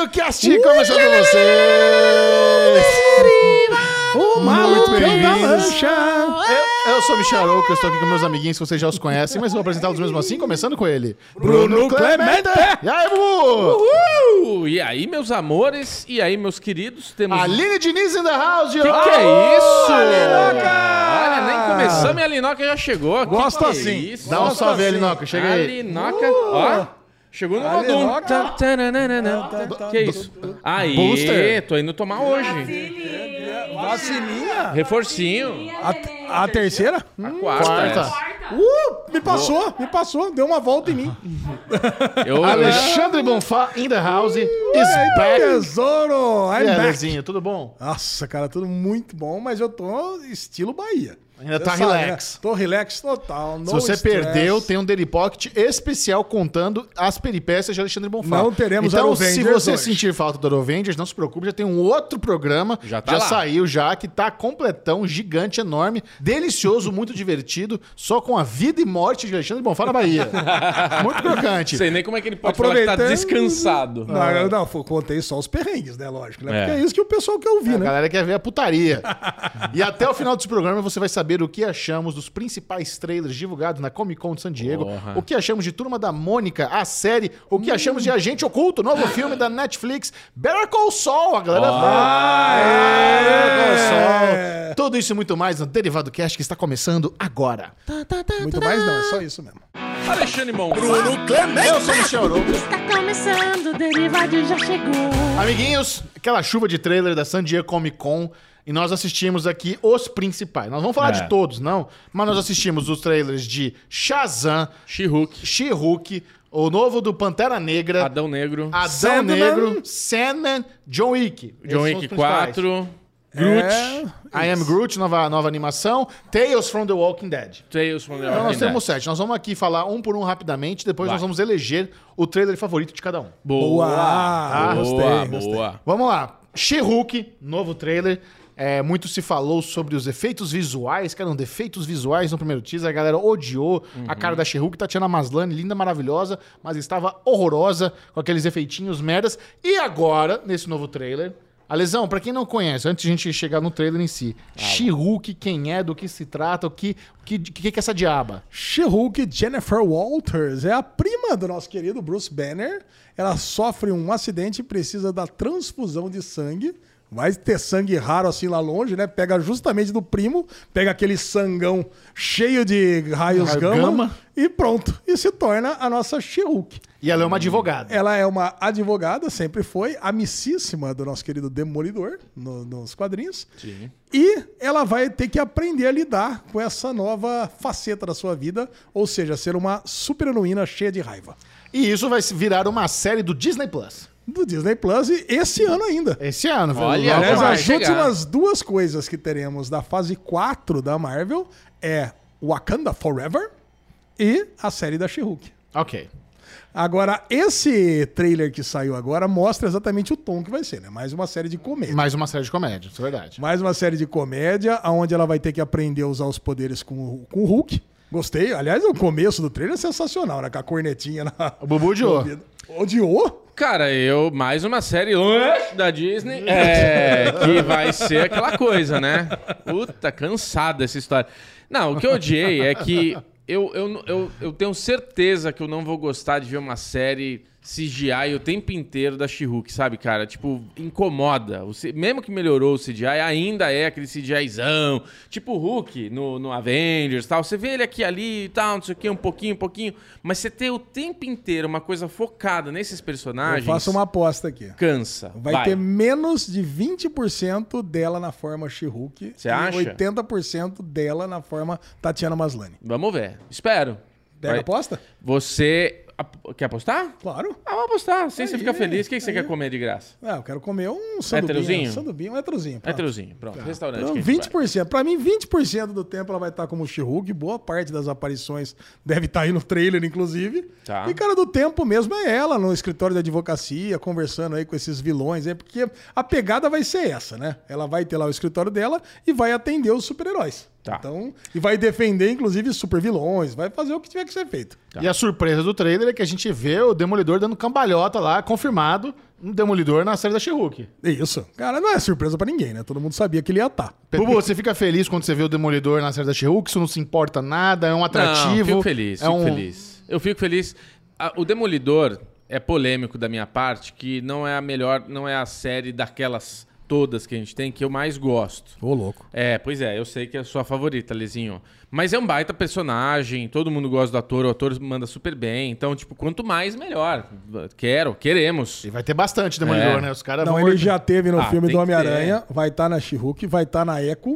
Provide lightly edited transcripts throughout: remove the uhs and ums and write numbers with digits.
Derivado Cast começando com vocês! Muito bem-vindos! Eu sou o Michel Arouca, eu estou aqui com meus amiguinhos que vocês já os conhecem, mas vou apresentá-los mesmo assim, começando com ele, Bruno Clemente! E aí, Bubu? Uhul! E aí, meus amores? E aí, meus queridos? Temos... Aline Diniz in the house! Que é isso? Alinoca! Olha, nem começamos e a Alinoca já chegou. Gosto que assim. É isso? Dá um salve aí, Alinoca, chega aí. Alinoca, ó. Chegou no Rodum. Que isso? Aí, Booster. tô indo tomar hoje. Vacilinha? Reforcinho. A terceira? A quarta. Me passou, deu uma volta em mim. Alexandre Bonfá in the house is back. Tesouro, E I'm aí, back. Lezinho, tudo bom? Nossa, cara, tudo muito bom, mas eu tô estilo Bahia. Ainda tá Você sabe, relax. né? Tô relax total. Se você perdeu, tem um Daily Pocket especial contando as peripécias de Alexandre Bonfá. Não teremos Então, Arovengers se você hoje. sentir falta do Arovengers, não se preocupe, já tem um outro programa, Já tá lá. saiu já, que tá completão, gigante, enorme, delicioso, muito divertido, só com a vida e morte de Alexandre Bonfá na Bahia. Muito crocante. Sei nem como é que ele pode falar que tá descansado. Não, contei só os perrengues, né? Lógico, né? É. Porque é isso que o pessoal quer ouvir, A né? galera quer ver a putaria. E até o final desse programa você vai saber o que achamos dos principais trailers divulgados na Comic Con de San Diego, Porra. o que achamos de Turma da Mônica, a série, o que achamos de Agente Oculto, novo filme da Netflix, Better Call Saul, a galera Better Call Saul. Tudo isso e muito mais no Derivado Cast que está começando agora. Muito mais não, é só isso mesmo. Alexandre Bonfá. Eu sou o Michel Arouca. Está começando, o Derivado já chegou. Amiguinhos, aquela chuva de trailer da San Diego Comic Con e nós assistimos aqui os principais. Nós vamos falar de todos, não, mas nós assistimos os trailers de Shazam, She-Hulk. She-Hulk, o novo do Pantera Negra, Adão Negro. Adão Sandman. Negro, Sandman, John Wick. Esses John são os Wick principais. 4. Groot. I Am Groot, nova animação, Tales from the Walking Dead. Tales from the Então nós Walking Dead. temos 7. Nós vamos aqui falar um por um rapidamente, depois Vai. nós vamos eleger o trailer favorito de cada um. Boa. Boa. Gostei. Vamos lá. She-Hulk, novo trailer. Muito se falou sobre os efeitos visuais, que eram defeitos visuais no primeiro teaser. A galera odiou a cara da She-Hulk. Tatiana Maslany, linda, maravilhosa, mas estava horrorosa com aqueles efeitinhos merdas. E agora, nesse novo trailer... Alesão, pra quem não conhece, antes de a gente chegar no trailer em si, She-Hulk, quem é, do que se trata, o que é essa diaba? She-Hulk Jennifer Walters é a prima do nosso querido Bruce Banner. Ela sofre um acidente e precisa da transfusão de sangue. Vai ter sangue raro assim lá longe, né? Pega justamente do primo, pega aquele sangão cheio de raios Raio gama gama. e pronto. E se torna a nossa She-Hulk. E ela é uma advogada. Ela é uma advogada, sempre foi, amicíssima do nosso querido Demolidor nos quadrinhos. Sim. E ela vai ter que aprender a lidar com essa nova faceta da sua vida, ou seja, ser uma super-heroína cheia de raiva. E isso vai virar uma série do Disney Plus. Do Disney Plus e esse ano ainda. Esse ano, velho. Olha, Logo Aliás, vai mais. as chegar. últimas duas coisas que teremos da fase 4 da Marvel é Wakanda Forever e a série da She-Hulk. Ok. Agora, esse trailer que saiu agora mostra exatamente o tom que vai ser, né? Mais uma série de comédia. Mais uma série de comédia, isso é verdade. Mais uma série de comédia, onde ela vai ter que aprender a usar os poderes com o Hulk. Gostei. Aliás, o começo do trailer é sensacional, né? Com a cornetinha na... O Bubu odiou. Odiou? Cara, mais uma série da Disney que vai ser aquela coisa, né? Puta, cansada essa história. Não, o que eu odiei é que eu tenho certeza que eu não vou gostar de ver uma série CGI o tempo inteiro da She-Hulk, sabe, cara? Tipo, incomoda. Mesmo que melhorou o CGI, ainda é aquele CGIzão. Tipo o Hulk no Avengers e tal. Você vê ele aqui ali e tal, não sei o quê, um pouquinho. Mas você ter o tempo inteiro uma coisa focada nesses personagens... Eu faço uma aposta aqui. Cansa. Vai ter menos de 20% dela na forma She-Hulk. Você acha? E 80% dela na forma Tatiana Maslany. Vamos ver. Espero. Pega a aposta? Você... Quer apostar? Claro. Vamos apostar. Assim você Aí, fica feliz. O que você aí. quer comer de graça? Eu quero comer um Héterozinho? um héterozinho. pronto. Héterozinho. Pronto. Restaurante. Então, que a gente vai. 20%. Pra mim, 20% do tempo ela vai estar como She-Hulk. Boa parte das aparições deve estar aí no trailer, inclusive. Tá. E, cara, do tempo mesmo é ela no escritório de advocacia, conversando aí com esses vilões. Porque a pegada vai ser essa, né? Ela vai ter lá o escritório dela e vai atender os super-heróis. Tá. Então, e vai defender, inclusive, super vilões. Vai fazer o que tiver que ser feito. E a surpresa do trailer é que a gente vê o Demolidor dando cambalhota lá, confirmado, um Demolidor na série da She-Hulk. Isso. Cara, não é surpresa pra ninguém, né? Todo mundo sabia que ele ia estar. Bubu, você fica feliz quando você vê o Demolidor na série da She-Hulk? Isso não se importa nada? É um atrativo? Não, fico feliz, é fico feliz. Eu fico feliz. O Demolidor é polêmico da minha parte, que não é a melhor, não é a série daquelas todas que a gente tem que eu mais gosto. Ô, louco. Pois é, eu sei que é a sua favorita, Lezinho. Mas é um baita personagem, todo mundo gosta do ator, o ator manda super bem. Então, tipo, quanto mais, melhor. Queremos. E vai ter bastante Demolidor, né? Os caras Não, vão... ele já teve no filme tem do que Homem-Aranha, vai estar na She-Hulk, vai estar na Echo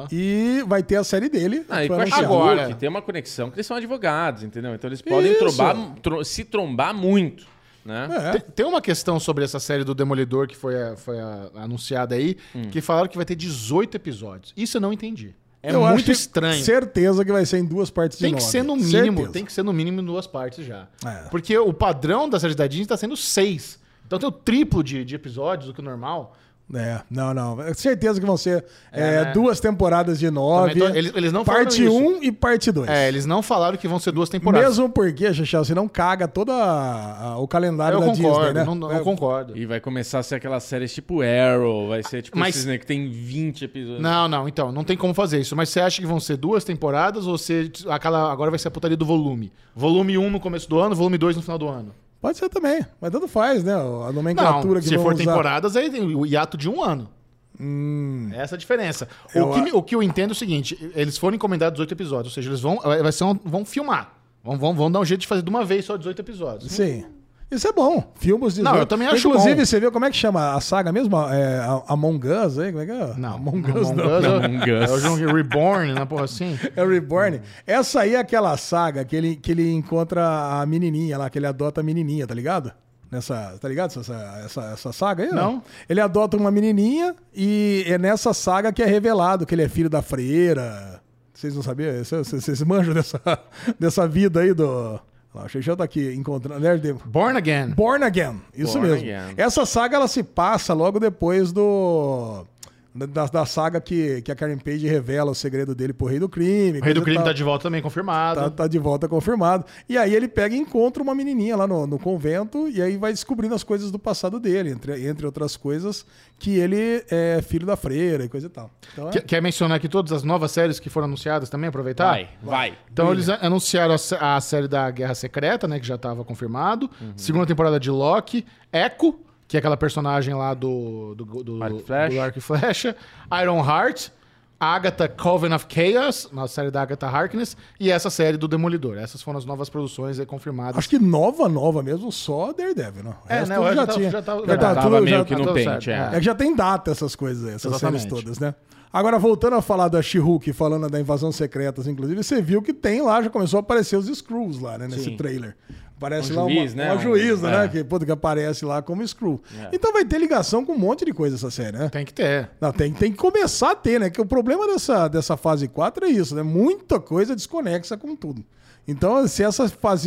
e vai ter a série dele. E Foi com a anunciado. Agora. She-Hulk tem uma conexão que eles são advogados, entendeu? Então eles podem Isso. se trombar muito, né? Tem uma questão sobre essa série do Demolidor que foi anunciada aí, que falaram que vai ter 18 episódios. Isso eu não entendi. É Eu acho muito que estranho. Certeza que vai ser em 2 partes de Tem que 9. ser no mínimo, Certeza. tem que ser no mínimo em 2 partes já. É. Porque o padrão da série da Disney tá sendo 6. Então tem o triplo de episódios do que o normal. Não. É certeza que vão ser né? 2 temporadas de 9. Também eles não falaram parte isso. 1 e parte 2. Eles não falaram que vão ser 2 temporadas. Mesmo porque, Chachel, você não caga todo o calendário Eu da concordo, Disney, né? não concordo. E vai começar a ser aquelas séries tipo Arrow, vai ser tipo Mas- esses, né, que tem 20 episódios. Então, não tem como fazer isso. Mas você acha que vão ser 2 temporadas ou agora vai ser a putaria do volume? Volume 1 no começo do ano, volume 2 no final do ano. Pode ser também, mas tanto faz, né? A nomenclatura Não, que se vão for usar. temporadas, aí tem o hiato de 1 ano. Essa é a diferença. O que eu entendo é o seguinte: eles foram encomendados 18 episódios, ou seja, eles vão filmar. Vão dar um jeito de fazer de uma vez só 18 episódios. Sim. Isso é bom. Filmes de Não, eu também acho Inclusive, bom. você viu como é que chama a saga mesmo? Among Us, aí? Como é que é? Não, Among Us não. Among Us. É o jogo Reborn, né, porra assim? É o Reborn. Essa aí é aquela saga que ele encontra a menininha lá, que ele adota a menininha, tá ligado? Tá ligado essa saga aí? Não. Ele adota uma menininha e é nessa saga que é revelado que ele é filho da freira. Vocês não sabiam? Vocês manjam dessa vida aí do... Ó, o Xexão tá aqui encontrando... Born Again. Born Again, isso Born mesmo. Again. Essa saga ela se passa logo depois da saga que a Karen Page revela o segredo dele pro Rei do Crime. O Rei do coisa e Crime tal. tá de volta também, confirmado. Tá de volta confirmado. E aí ele pega e encontra uma menininha lá no convento e aí vai descobrindo as coisas do passado dele, entre outras coisas, que ele é filho da freira e coisa e tal. Então, Quer mencionar aqui todas as novas séries que foram anunciadas também, aproveitar? Vai. Então eles anunciaram a série da Guerra Secreta, né, que já estava confirmado. Segunda temporada de Loki. Echo, que é aquela personagem lá do Arco e Flecha. Iron Heart. Agatha Coven of Chaos, na série da Agatha Harkness. E essa série do Demolidor. Essas foram as novas produções aí confirmadas. acho que nova mesmo, só Daredevil, né? O resto o resto já já tinha. já tava- Já tá tava tudo- meio já que tá no tudo pente, certo. é. É que já tem data essas coisas aí, essas séries Exatamente. todas, né? Agora, voltando a falar da She-Hulk, falando da Invasão Secretas, inclusive, você viu que tem lá, já começou a aparecer os Skrulls lá, né, nesse Sim. trailer. Aparece Um lá juiz, né? uma juíza, né? É. Que aparece lá como Skrull. Então vai ter ligação com um monte de coisa essa série, né? Tem que ter. Não, tem que começar a ter, né? Que o problema dessa fase 4 é isso, né? Muita coisa desconexa com tudo. Então, se essa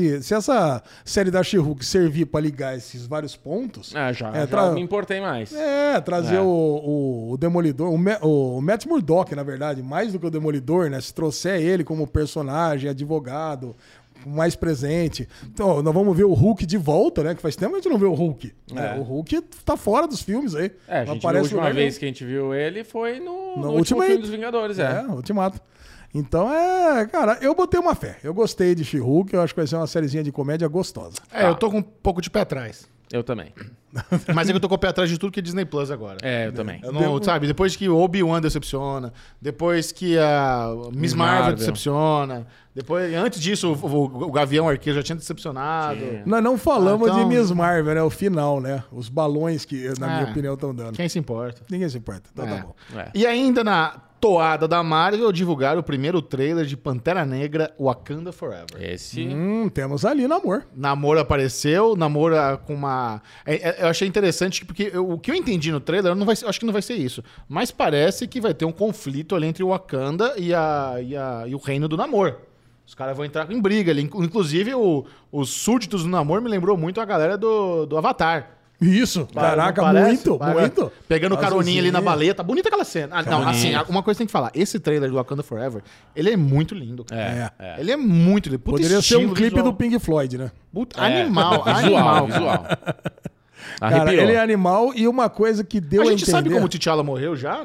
série da She-Hulk servir pra ligar esses vários pontos... Já tra- me importei mais. trazer o Demolidor, o Matt Murdock, na verdade, mais do que o Demolidor, né? Se trouxer ele como personagem, advogado, mais presente. Então, nós vamos ver o Hulk de volta, né? Que faz tempo que a gente não vê o Hulk. Né? O Hulk tá fora dos filmes aí. A Não gente, a aparece última lugar vez nenhum. que a gente viu ele foi no último Ultimate. filme dos Vingadores, Ultimato. Então, cara, eu botei uma fé. Eu gostei de She-Hulk, eu acho que vai ser uma sériezinha de comédia gostosa. Eu tô com um pouco de pé atrás. Eu também. Mas é que eu tô com o pé atrás de tudo que é Disney Plus agora. Eu também. Eu não, sabe, depois que o Obi-Wan decepciona, depois que a Miss Marvel decepciona, antes disso o Gavião Arqueiro já tinha decepcionado. Nós não falamos então- de Miss Marvel, né? O final, né? Os balões que, na minha opinião, estão dando. Quem se importa? Ninguém se importa. Então tá bom. E ainda na toada da Marvel, divulgaram o primeiro trailer de Pantera Negra Wakanda Forever. Esse. Temos ali Namor. Namor apareceu, Namor com uma... eu achei interessante, porque o que eu entendi no trailer, acho que não vai ser isso, mas parece que vai ter um conflito ali entre o Wakanda e o reino do Namor. Os caras vão entrar em briga ali. Inclusive, os súditos do Namor me lembrou muito a galera do Avatar. Isso. Caraca, Não parece? muito. Pegando caroninha ali na Azulzinha. baleia. Tá bonita aquela cena. Não, assim, uma coisa tem que falar. Esse trailer do Wakanda Forever, ele é muito lindo. Cara. Ele é muito lindo. Puta Poderia ser um estilo clipe visual. do Pink Floyd, né? Puta, animal, Visual, animal. visual. Cara, Arrepiou. ele é animal e uma coisa que deu A a gente entender... sabe como o T'Challa morreu já?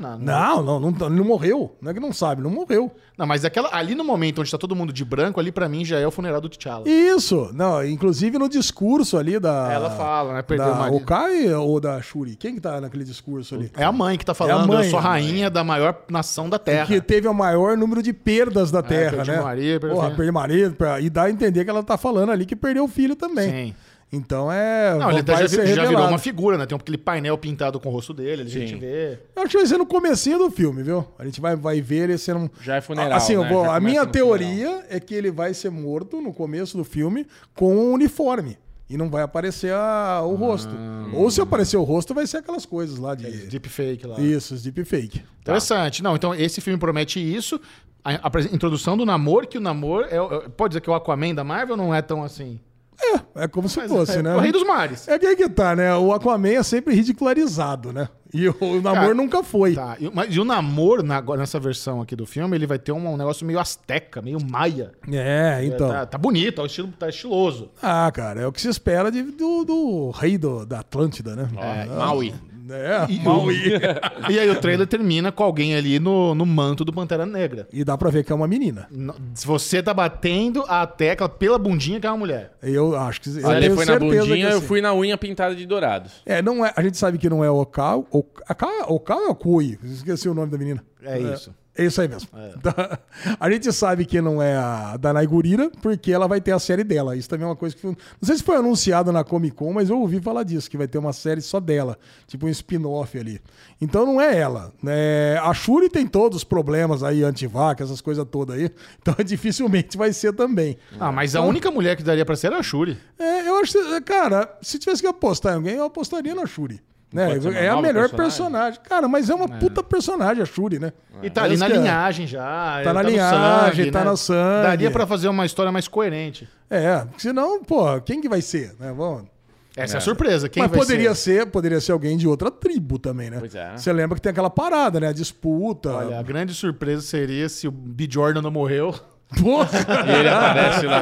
Ele não morreu. Não é que não sabe, não morreu. Não, mas ali no momento onde tá todo mundo de branco, ali pra mim já é o funeral do T'Challa. Isso. Não, inclusive no discurso ali da... Ela fala, né? Perdeu o Da marido. Okai ou da Shuri? Quem que tá naquele discurso ali? É a mãe que tá falando, mãe, eu sou rainha da maior nação da Terra. Que teve o maior número de perdas da Terra, perdi né? o marido, perdi o Porra, filho. perdi o marido. E dá a entender que ela tá falando ali que perdeu o filho também. Sim. Então Não, ele vai ser já virou revelado. uma figura, né? Tem aquele painel pintado com o rosto dele, a gente vê. Eu acho que vai ser no comecinho do filme, viu? A gente vai ver ele sendo... Já é funeral, Assim, né? Já a minha começa no teoria é que ele vai ser morto no começo do filme com um uniforme. E não vai aparecer o rosto. Ou se aparecer o rosto, vai ser aquelas coisas lá de... Deepfake lá. Isso, os deepfake. Interessante. Não, então esse filme promete isso. A introdução do Namor, que o Namor pode dizer que é o Aquaman da Marvel ou não é tão assim? É como se Mas fosse, é né? o Rei dos Mares. É que aí que tá, né? O Aquaman é sempre ridicularizado, né? E o Namor Cara, nunca foi. Tá. E o Namor, nessa versão aqui do filme, ele vai ter um negócio meio asteca, meio maia. É, então. Tá bonito, tá estiloso. Ah, cara, é o que se espera do rei da Atlântida, né? Maui. É, E, Maui. e aí o trailer termina com alguém ali no manto do Pantera Negra. E dá pra ver que é uma menina. Se você tá batendo a tecla pela bundinha que é uma mulher. Eu acho que... Se eu ele tenho foi na certeza bundinha, que eu assim. fui na unha pintada de dourados. Não é, a gente sabe que não é o Okao. Okao é o Kui. Esqueci o nome da menina. É isso. É isso aí mesmo. Tá? A gente sabe que não é a Danai Gurira, porque ela vai ter a série dela. Isso também é uma coisa que... Não sei se foi anunciado na Comic Con, mas eu ouvi falar disso, que vai ter uma série só dela. Tipo um spin-off ali. Então não é ela. A Shuri tem todos os problemas aí, antivac, essas coisas todas aí. Então dificilmente vai ser também. Ah, mas a única mulher que daria pra ser era a Shuri. Eu acho que, cara, se tivesse que apostar em alguém, eu apostaria na Shuri. Né? pode ser uma É a nova melhor personagem? personagem. Cara, mas é uma puta personagem, a Shuri, né? E tá ali Essa na que é. linhagem já. Tá na no linhagem, tá né? no sangue. Daria pra fazer uma história mais coerente. Porque senão, pô, quem que vai ser? Né? Vamos... Essa é a surpresa. Quem Mas vai poderia ser alguém de outra tribo também, né? Pois é. Você lembra que tem aquela parada, né? A disputa. Olha, a grande surpresa seria se o B. Jordan não morreu. Porra! E ele aparece lá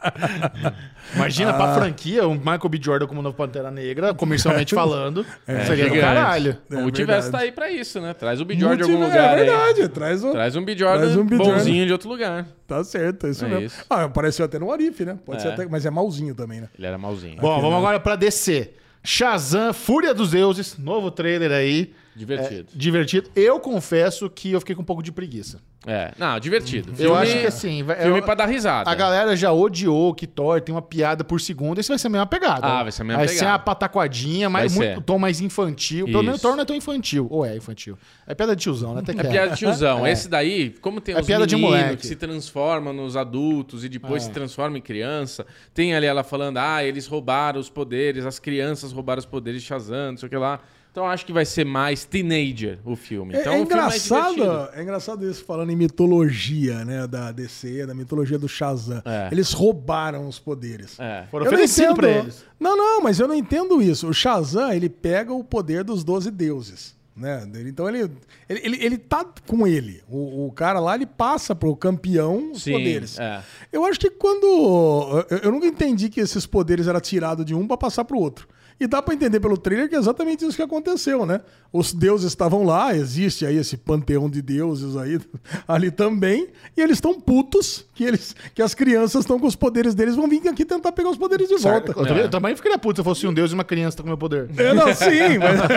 com... Imagina pra franquia o Michael B. Jordan como novo Pantera Negra, comercialmente falando. Seria do gigante. caralho. O multiverso verdade. tá aí pra isso, né? Traz o B. Jordan de algum Multiverso, lugar é aí. verdade. Traz Traz um B. Jordan Traz um B. bonzinho Jordan. de outro lugar. Tá certo, é isso É mesmo. isso. Apareceu até no Arif, né? Pode ser É. até... Mas é malzinho também, né? Ele era malzinho. Bom, vamos agora pra DC. Shazam, Fúria dos Deuses, novo trailer aí. Divertido. Divertido. Eu confesso que eu fiquei com um pouco de preguiça. Não, divertido. Eu acho que assim... Filme pra dar risada. A galera já odiou que Thor tem uma piada por segundo. Esse vai ser a mesma pegada. Vai ser a mesma Vai pegada. ser uma pataquadinha, mas Vai muito ser. tom mais infantil. Pelo menos Isso. Thor não é tão infantil. Ou é infantil? É piada de tiozão, né? Até que É piada de tiozão. Esse daí, como tem É os piada de meninos moleque. que se transformam nos adultos e depois se transformam em criança, tem ali ela falando, eles roubaram os poderes, as crianças roubaram os poderes de Shazam, não sei o que lá. Então acho que vai ser mais teenager o filme. Então, É o filme mais divertido. engraçado isso, falando em mitologia, né, da DC, da mitologia do Shazam. Eles roubaram os poderes. Foram Eu não oferecidos entendo- pra eles. Não, mas eu não entendo isso. O Shazam, ele pega o poder dos 12 deuses. Né? Então ele tá com ele. O cara lá, ele passa pro campeão os Sim, poderes. é. Eu acho que quando... Eu nunca entendi que esses poderes eram tirados de um pra passar pro outro. E dá pra entender pelo trailer que é exatamente isso que aconteceu, né? Os deuses estavam lá, existe aí esse panteão de deuses aí ali também, e eles estão putos que as crianças estão com os poderes deles, vão vir aqui tentar pegar os poderes de volta. Eu também ficaria puto se eu fosse um deus e uma criança tá com meu poder. Não, sim,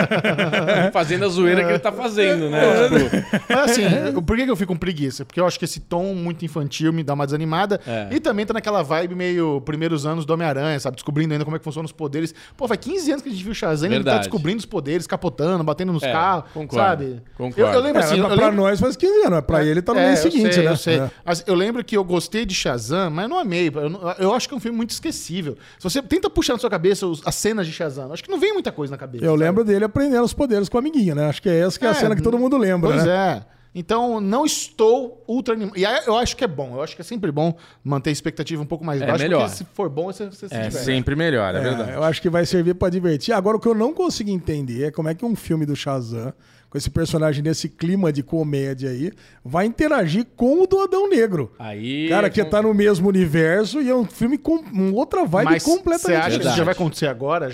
mas... Fazendo a zoeira que ele tá fazendo, né? Tipo, Mas assim, por que eu fico com preguiça? Porque eu acho que esse tom muito infantil me dá uma desanimada. E também tá naquela vibe meio primeiros anos do Homem-Aranha, sabe? Descobrindo ainda como é que funcionam os poderes. Pô, faz 15 anos que a gente viu o Shazam, ele tá Verdade. descobrindo os poderes, capotando, batendo nos carros, concordo, sabe? concordo. Eu lembro assim... eu pra lembro- nós faz 15 anos, pra ele tá no mês seguinte, né? Eu sei. É. Mas eu lembro que eu gostei de Shazam, mas não amei. Eu acho que é um filme muito esquecível. Se você tenta puxar na sua cabeça as cenas de Shazam, acho que não vem muita coisa na cabeça. Eu sabe? lembro dele aprendendo os poderes com a amiguinha, né? Acho que é essa que é a cena que todo mundo lembra, Pois né? é. Então, não estou ultra animado. E aí, eu acho que é bom. Eu acho que é sempre bom manter a expectativa um pouco mais baixa. melhor. Porque se for bom, você se diverte. sempre melhor, é verdade. Eu acho que vai servir pra divertir. Agora, o que eu não consigo entender é como é que um filme do Shazam, com esse personagem nesse clima de comédia aí, vai interagir com o do Adão Negro. Aí, Cara, que tá no mesmo universo e é um filme com outra vibe Mas completamente você acha que isso Verdade. já vai acontecer agora, já?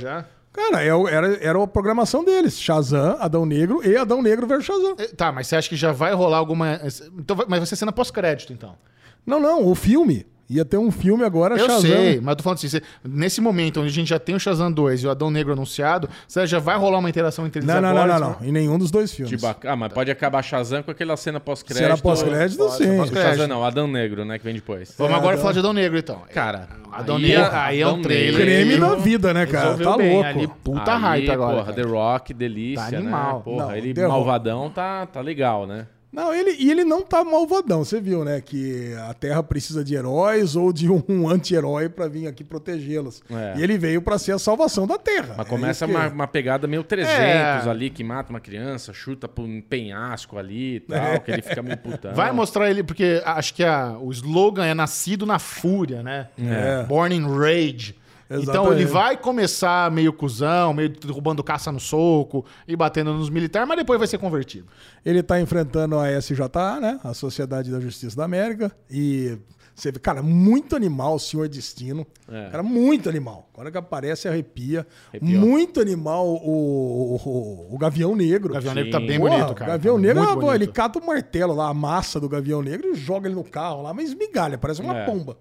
Cara, era a programação deles. Shazam, Adão Negro e Adão Negro versus Shazam. Tá, mas você acha que já vai rolar alguma... Então, mas vai ser cena pós-crédito, então. Não, o filme. Ia ter um filme agora, Eu Shazam. sei, mas eu tô falando assim, nesse momento onde a gente já tem o Shazam 2 e o Adão Negro anunciado, você já vai rolar uma interação entre eles agora? Não. Em nenhum dos dois filmes. Mas pode acabar Shazam com aquela cena pós-crédito. Cena pós-crédito, sim. O Shazam não, Adão Negro, né, que vem depois. Vamos agora falar de Adão Negro, então. Cara, Adão Negro, aí é um trailer. Creme da vida, né, cara? Resolveu Tá bem, louco. ali, puta Aí, hype agora. Porra, cara. The Rock, delícia, Tá animal. né? Porra, Não, ele The Rock. malvadão tá legal, né? Não, ele não tá malvadão, você viu, né? Que a Terra precisa de heróis ou de um anti-herói pra vir aqui protegê-los. É. E ele veio pra ser a salvação da Terra. Mas É começa isso que- uma pegada meio 300 ali, que mata uma criança, chuta pra um penhasco ali e tal, que ele fica meio putão. Vai mostrar ele, porque acho que o slogan é Nascido na Fúria, né? É. Born in Rage. Então Exatamente. ele vai começar meio cuzão, meio derrubando caça no soco e batendo nos militares, mas depois vai ser convertido. Ele tá enfrentando a SJA, né? A Sociedade da Justiça da América. E você vê, cara, muito animal o Senhor Destino. É. Cara, muito animal. Quando que aparece, arrepia. Arrepiou. Muito animal o Gavião Negro. O Gavião Negro tá Sim. bem Porra, bonito, cara. O Gavião Tá Negro, muito pô, bonito. ele cata o martelo lá, a massa do Gavião Negro e joga ele no carro lá, mas migalha, parece uma pomba.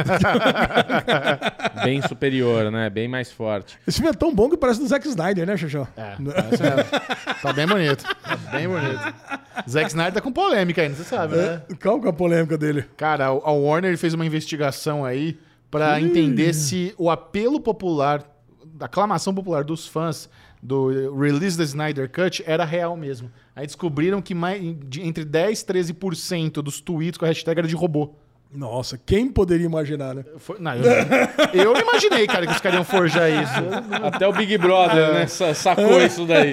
Bem superior, né? Bem mais forte. Esse filme é tão bom que parece do Zack Snyder, né, Xuxão? Parece mesmo. Tá bem bonito. Tá bem bonito. Zack Snyder tá com polêmica ainda, você sabe, né? Qual que é a polêmica dele? Cara, a Warner fez uma investigação aí pra entender se o apelo popular, a aclamação popular dos fãs do Release the Snyder Cut era real mesmo. Aí descobriram que entre 10% e 13% dos tweets com a hashtag era de robô. Nossa, quem poderia imaginar, né? Não, eu não imaginei, cara, que os caras iam forjar isso. Até o Big Brother, né? Sacou isso daí.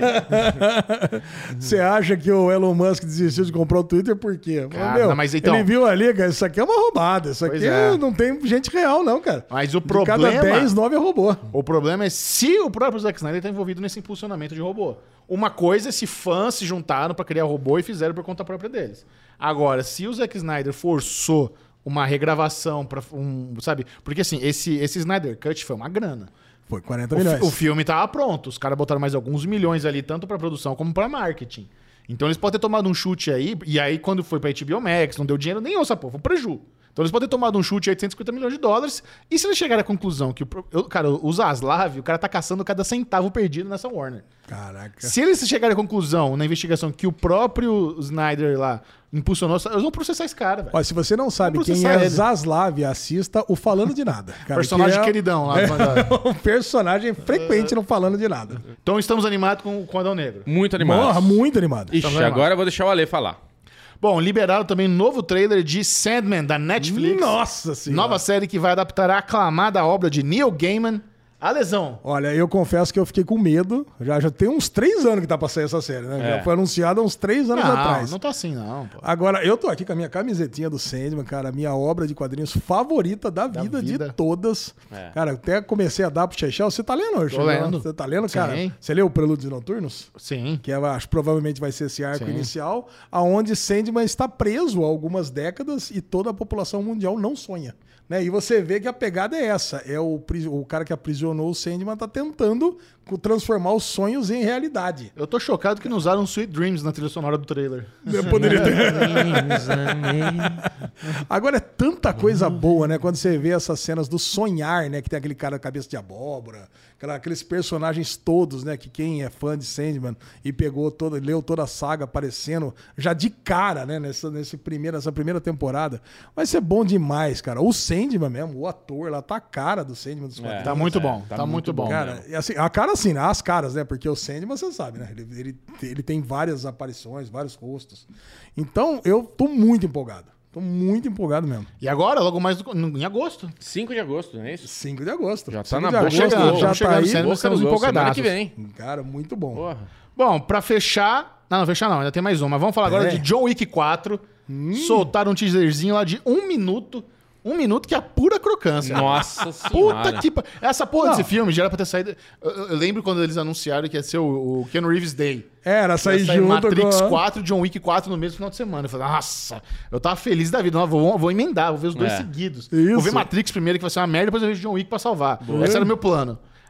Você acha que o Elon Musk desistiu de comprar o Twitter por quê? Cara, mas então- ele viu ali, cara, isso aqui é uma roubada. Isso Pois aqui é. não tem gente real, não, cara. Mas o De cada problema... 10, 9 é robô. O problema é se o próprio Zack Snyder está envolvido nesse impulsionamento de robô. Uma coisa é se fãs se juntaram para criar robô e fizeram por conta própria deles. Agora, se o Zack Snyder forçou uma regravação para sabe? Porque assim, esse Snyder Cut foi uma grana. Foi 40 milhões. O filme tava pronto, os caras botaram mais alguns milhões ali, tanto para produção como para marketing. Então eles podem ter tomado um chute aí, e aí quando foi pra HBO Max, não deu dinheiro nenhum, essa porra, foi um preju. Então eles podem ter tomado um chute de 850 milhões de dólares, e se eles chegarem à conclusão que cara, o Zaslav, o cara tá caçando cada centavo perdido nessa Warner. Caraca. Se eles chegarem à conclusão na investigação que o próprio Snyder lá impulsionou, eles vão processar esse cara, velho. Olha, se você não sabe Vamos quem processar é ele. Zaslav, assista o Falando de Nada. Cara, Personagem que é queridão lá do Mandalorian. um personagem frequente no Falando de Nada. Então estamos animados com o Adão Negro. Muito animado. Porra, muito animado. Ixi, Então vai lá. agora eu vou deixar o Ale falar. Bom, liberaram também um novo trailer de Sandman, da Netflix. Nossa senhora. Nova série que vai adaptar a aclamada obra de Neil Gaiman. A lesão. Olha, eu confesso que eu fiquei com medo. Já tem uns 3 anos que tá pra sair essa série, né? É. Já foi anunciada há uns 3 anos atrás. Não tá assim, não, pô. Agora, eu tô aqui com a minha camisetinha do Sandman, cara, a minha obra de quadrinhos favorita da vida de todas. É. Cara, até comecei a dar pro Chechel. Você tá lendo hoje? Tô lendo. Você tá lendo, cara? Sim. Você leu Prelúdios Noturnos? Sim. Que acho que provavelmente vai ser esse arco Sim. inicial, aonde Sandman está preso há algumas décadas e toda a população mundial não sonha. Né? E você vê que a pegada é essa. É o cara que aprisionou o Sandman tá tentando transformar os sonhos em realidade. Eu tô chocado que não usaram Sweet Dreams na trilha sonora do trailer. Eu poderia ter... Agora é tanta coisa boa, né? Quando você vê essas cenas do sonhar, né? Que tem aquele cara com cabeça de abóbora, aqueles personagens todos, né? Que quem é fã de Sandman e leu toda a saga aparecendo já de cara, né? Nessa primeira temporada. Vai ser bom demais, cara. O Sandman mesmo, o ator lá, tá a cara do Sandman dos quadrinhos. Tá muito bom. Tá muito bom. Cara, e assim, a cara assim, né? As caras, né? Porque o Sandman, você sabe, né? Ele tem várias aparições, vários rostos. Então, eu tô muito empolgado. Tô muito empolgado mesmo. E agora, logo mais em agosto. 5 de agosto, não é isso? 5 de agosto. Já tá 5 na de boca agosto, do gol. já Vamos chegar tá no aí. centro. Nós estamos Semana que empolgadaços. vem. Cara, muito bom. Porra. Bom, pra fechar... Não, fechar não. Ainda tem mais uma. Vamos falar agora de John Wick 4. Soltaram um teaserzinho lá de 1 minuto. 1 minuto que é a pura crocância. Nossa senhora. Puta que... Essa porra desse filme já era pra ter saído... Eu lembro quando eles anunciaram que ia ser o Keanu Reeves Day. Era, sair Ia sair junto Matrix com... 4 e John Wick 4 no mesmo final de semana. Eu falei, nossa, eu tava feliz da vida. Não, vou emendar, vou ver os dois seguidos. Isso. Vou ver Matrix primeiro, que vai ser uma merda, depois eu vejo John Wick pra salvar. Esse era o meu plano.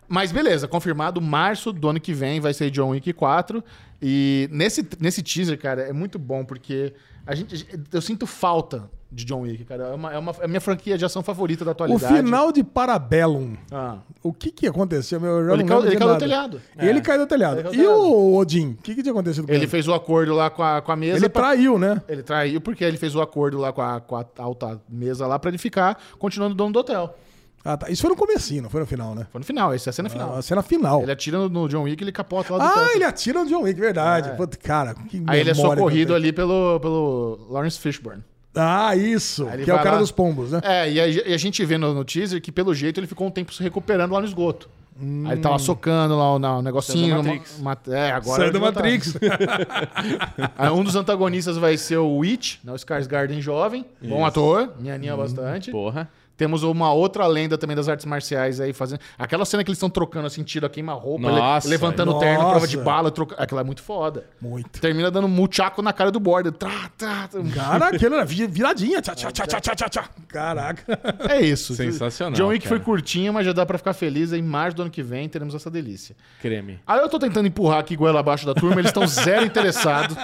Mas beleza, confirmado, março do ano que vem vai ser John Wick 4. E nesse teaser, cara, é muito bom, porque eu sinto falta de John Wick, cara. É a minha franquia de ação favorita da O atualidade. final de Parabellum. Ah. O que aconteceu? Eu já Ele não caiu lembro de do nada. telhado. Ele caiu do telhado. Ele caiu do E telhado. o Odin? O que tinha acontecido com ele? Ele fez o acordo lá com a mesa. Ele traiu, né? Ele traiu porque ele fez o acordo lá com a alta mesa lá pra ele ficar continuando dono do hotel. Ah, tá. Isso foi no comecinho, não foi no final, né? Foi no final, essa é a cena final. A cena final. Ele atira no John Wick e ele capota lá do teto. Ele atira no John Wick, verdade. Puta, cara, que Aí ele é memória socorrido que eu ali pelo Lawrence Fishburne. tenho. Ah, isso. Aí ele Que é o vai cara lá- dos pombos, né? E a gente vê no teaser que, pelo jeito, ele ficou um tempo se recuperando lá no esgoto. Aí ele tava socando lá o negocinho. Saiu da Matrix. Agora Saiu ele da voltar. Matrix. Aí um dos antagonistas vai ser o Witch, né, o Skarsgård jovem. Bom ator, me anima bastante. Porra. Temos uma outra lenda também das artes marciais aí fazendo. Aquela cena que eles estão trocando assim, tiro a queima-roupa, Nossa, levantando o nossa. terno, prova de bala. Aquela é muito foda. Muito. Termina dando um muchaco na cara do border. Cara, aquilo era viradinha. Tchá, tchá, tchá, tchá, tchá, tchá, tchá. Caraca. É isso. Sensacional, John Wick cara. foi curtinho, mas já dá pra ficar feliz. Em março do ano que vem teremos essa delícia. Creme. Aí eu tô tentando empurrar aqui goela abaixo da turma, eles estão zero interessados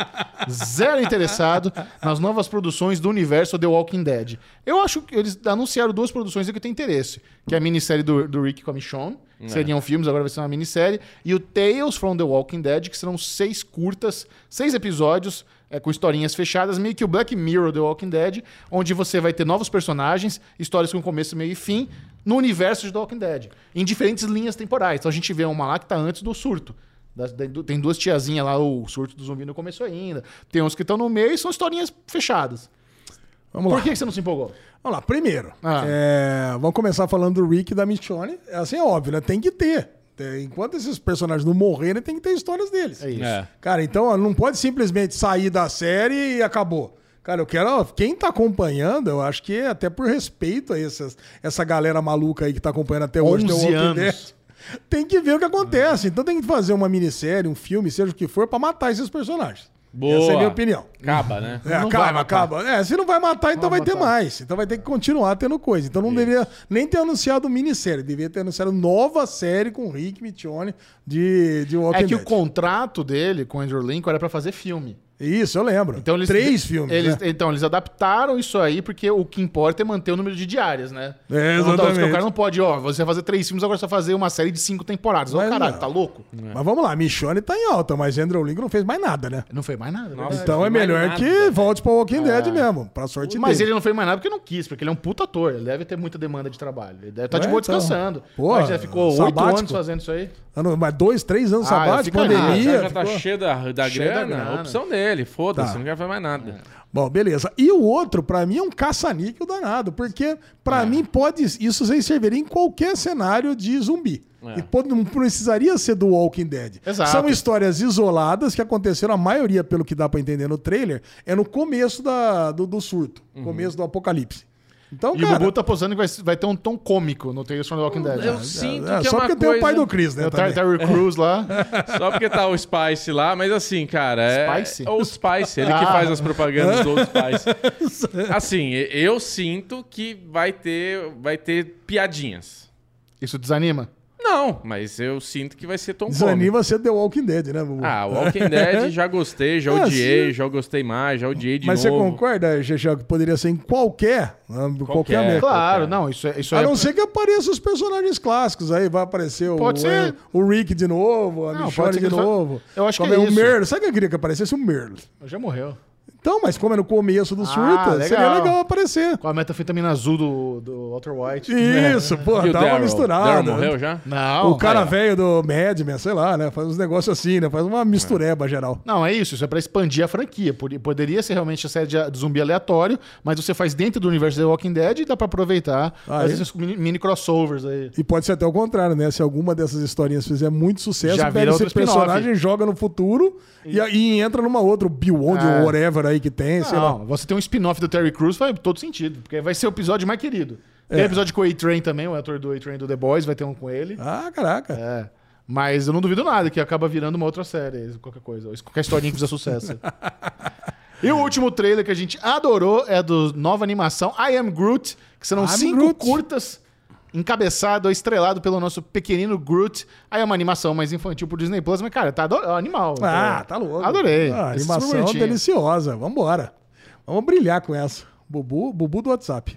nas novas produções do universo The Walking Dead. Eu acho que eles anunciaram 2 produções aí que eu tenho interesse, que é a minissérie do Rick com a Michonne, que seriam filmes, agora vai ser uma minissérie, e o Tales from the Walking Dead, que serão 6 curtas, 6 episódios, com historinhas fechadas, meio que o Black Mirror The Walking Dead, onde você vai ter novos personagens, histórias com começo, meio e fim, no universo de The Walking Dead, em diferentes linhas temporais. Então a gente vê uma lá que tá antes do surto. Tem 2 tiazinhas lá, o surto do zumbi não começou ainda. Tem uns que estão no meio e são historinhas fechadas. Vamos lá. Por que você não se empolgou? Vamos lá. Primeiro, Ah. vamos começar falando do Rick e da Michonne. Assim, é óbvio, né? Tem que ter. Enquanto esses personagens não morrerem, tem que ter histórias deles. É isso. É. Cara, então ó, não pode simplesmente sair da série e acabou. Cara, eu quero... ó, quem tá acompanhando, eu acho que até por respeito a essa galera maluca aí que tá acompanhando até hoje, 11 The Walking anos. Dead, tem que ver o que acontece. Então tem que fazer uma minissérie, um filme, seja o que for, pra matar esses personagens. Boa. Essa é a minha opinião. Acaba, né? Não vai matar. acaba. Se não vai matar, então vai ter mais. Então vai ter que continuar tendo coisa. Então não deveria nem ter anunciado minissérie. Deveria ter anunciado nova série com Rick Michonne de Walking É que Dead. o contrato dele com o Andrew Lincoln era pra fazer filme. Isso, eu lembro. Então, 3 filmes, né? Então, eles adaptaram isso aí, porque o que importa é manter o número de diárias, né? É, Então, exatamente. o cara não pode, você vai fazer 3 filmes, agora você vai fazer uma série de 5 temporadas. Ô, Mas caralho, não. tá louco? Mas vamos lá, Michonne tá em alta, mas Andrew Lincoln não fez mais nada, né? Não fez mais nada. Nossa, verdade. Então é mais melhor nada, que velho. volte pra Walking Dead mesmo, pra sorte Mas dele. ele não fez mais nada porque não quis, porque ele é um puta ator. Ele deve ter muita demanda de trabalho. Ele deve estar de É, boa então. descansando. Pô, Mas já ficou 8 sabático. anos fazendo isso aí. Mas 2, 3 anos sabático, fica nada. pandemia. Já tá ficou- cheio da Cheio da grana, grana. opção dele. Foda-se, Tá. não quer fazer mais nada. Bom, beleza. E o outro, pra mim, é um caça-níquel danado, porque pra mim pode isso aí servir em qualquer cenário de zumbi. E não precisaria ser do Walking Dead. Exato. São histórias isoladas que aconteceram, a maioria, pelo que dá pra entender no trailer, é no começo do surto, começo do apocalipse. Então, E o cara, Bubu tá posando que vai ter um tom cômico no Tales from the Walking Dead. Eu sinto que é só uma porque coisa... tem o pai do Chris, né? Tem o também. Terry Crews lá. Só porque tá o Spice lá, mas assim, cara... Spice? É o Spice, ele que faz as propagandas do Old Spice. Assim, eu sinto que vai ter piadinhas. Isso desanima? Não, mas eu sinto que vai ser tom cômico. Desanima ser The Walking Dead, né, Bubu? Ah, Walking Dead já gostei, já Ah, odiei, sim. já gostei mais, já odiei de Mas novo. você concorda, Xexé, que poderia ser em qualquer América? Claro, não. Isso A é. não ser que apareçam os personagens clássicos aí, vai aparecer Pode ser. o Rick de novo, a Não, Michonne pode ser de que ele novo. Eu acho que Como é o isso. Merle. Sabe o que eu queria que aparecesse? O Merle. Já morreu. Então, mas como é no começo do surto, legal. seria legal aparecer. Com a metafetamina azul do Walter White. Isso, pô, E o dá uma Daryl? misturada. Daryl morreu já? Não. O cara aí, ó. velho do Mad Men, sei lá, né? Faz uns negócios assim, né? Faz uma mistureba geral. Não, é isso. Isso é pra expandir a franquia. Poderia ser realmente a série de zumbi aleatório, mas você faz dentro do universo The Walking Dead e dá pra aproveitar fazer esses mini crossovers aí. E pode ser até o contrário, né? Se alguma dessas historinhas fizer muito sucesso, Já pega vira esse outro spin-off. personagem, joga no futuro e entra numa outra, o Beyond ou whatever aí que tem, sei lá. Não, você tem um spin-off do Terry Crews, faz todo sentido, porque vai ser o episódio mais querido. Tem episódio com o A-Train também, o ator do A-Train do The Boys, vai ter um com ele. Ah, caraca. É. Mas eu não duvido nada que acaba virando uma outra série, qualquer coisa, qualquer historinha que fizer sucesso. E o último trailer que a gente adorou é do nova animação I Am Groot, que serão I'm 5 Groot. curtas encabeçado ou estrelado pelo nosso pequenino Groot. Aí é uma animação mais infantil pro Disney Plus, mas, cara, tá animal. Tá louco. Adorei. Animação deliciosa. Vambora. Vamos brilhar com essa. Bubu do WhatsApp.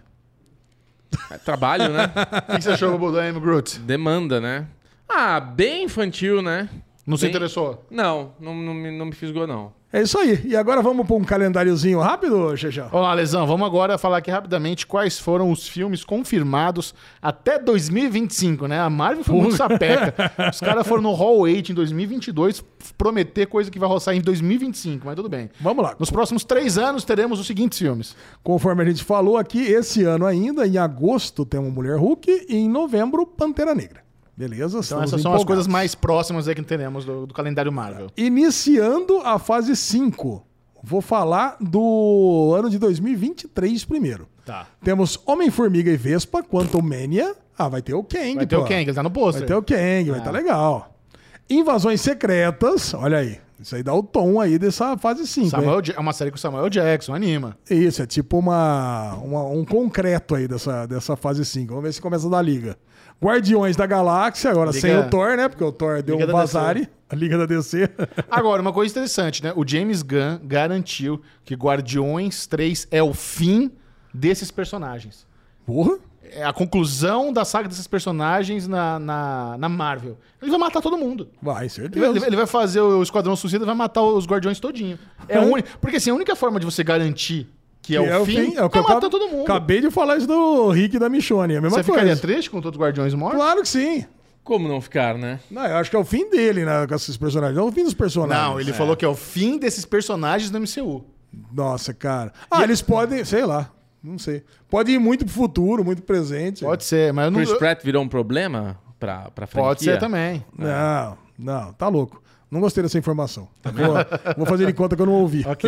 É trabalho, né? O que você achou, Bubu, do I Am Groot? Demanda, né? Bem infantil, né? Não se interessou? Não me fisgou, não. É isso aí. E agora vamos para um calendáriozinho rápido, Xexão? Olá, Lesão. Vamos agora falar aqui rapidamente quais foram os filmes confirmados até 2025, né? A Marvel foi muito sapeca. Os caras foram no Hall 8 em 2022 prometer coisa que vai roçar em 2025, mas tudo bem. Vamos lá. Nos próximos 3 anos teremos os seguintes filmes. Conforme a gente falou aqui, esse ano ainda, em agosto, temos Mulher Hulk e em novembro, Pantera Negra. Beleza? Então essas são as coisas mais próximas aí que teremos do calendário Marvel. Iniciando a fase 5. Vou falar do ano de 2023 primeiro. Tá. Temos Homem-Formiga e Vespa, Quantumania. Vai ter o Kang, Vai ter o Kang, ele tá no pôster. Vai ter o Kang, vai estar legal. Invasões Secretas, olha aí. Isso aí dá o tom aí dessa fase 5. É uma série com o Samuel Jackson, anima. Isso, é tipo um concreto aí dessa fase 5. Vamos ver se começa da liga. Guardiões da Galáxia, agora sem o Thor, né? Porque o Thor deu um vazare. A Liga da DC. Agora, uma coisa interessante, né? O James Gunn garantiu que Guardiões 3 é o fim desses personagens. Porra! É a conclusão da saga desses personagens na Marvel. Ele vai matar todo mundo. Vai, certeza. Ele vai fazer o Esquadrão Suicida e vai matar os Guardiões todinho. Porque assim, a única forma de você garantir que é o fim, é o que eu matar todo mundo. Acabei de falar isso do Rick e da Michonne, a mesma coisa. Você ficaria triste com todos os Guardiões mortos? Claro que sim. Como não ficar, né? Não, eu acho que é o fim dele, né, com esses personagens. Não é o fim dos personagens. Não, ele falou que é o fim desses personagens do MCU. Nossa, cara. Eles podem, sei lá, não sei. Pode ir muito pro futuro, muito pro presente. Pode ser, mas eu não... Chris Pratt virou um problema pra franquia? Pode ser também. Não, tá louco. Não gostei dessa informação. Vou fazer de conta que eu não ouvi. Ok.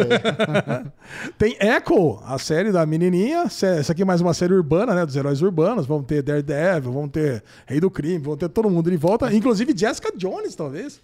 Tem Echo, a série da menininha. Essa aqui é mais uma série urbana, né? Dos heróis urbanos. Vamos ter Daredevil, vamos ter Rei do Crime, vamos ter todo mundo de volta. Inclusive Jessica Jones, talvez.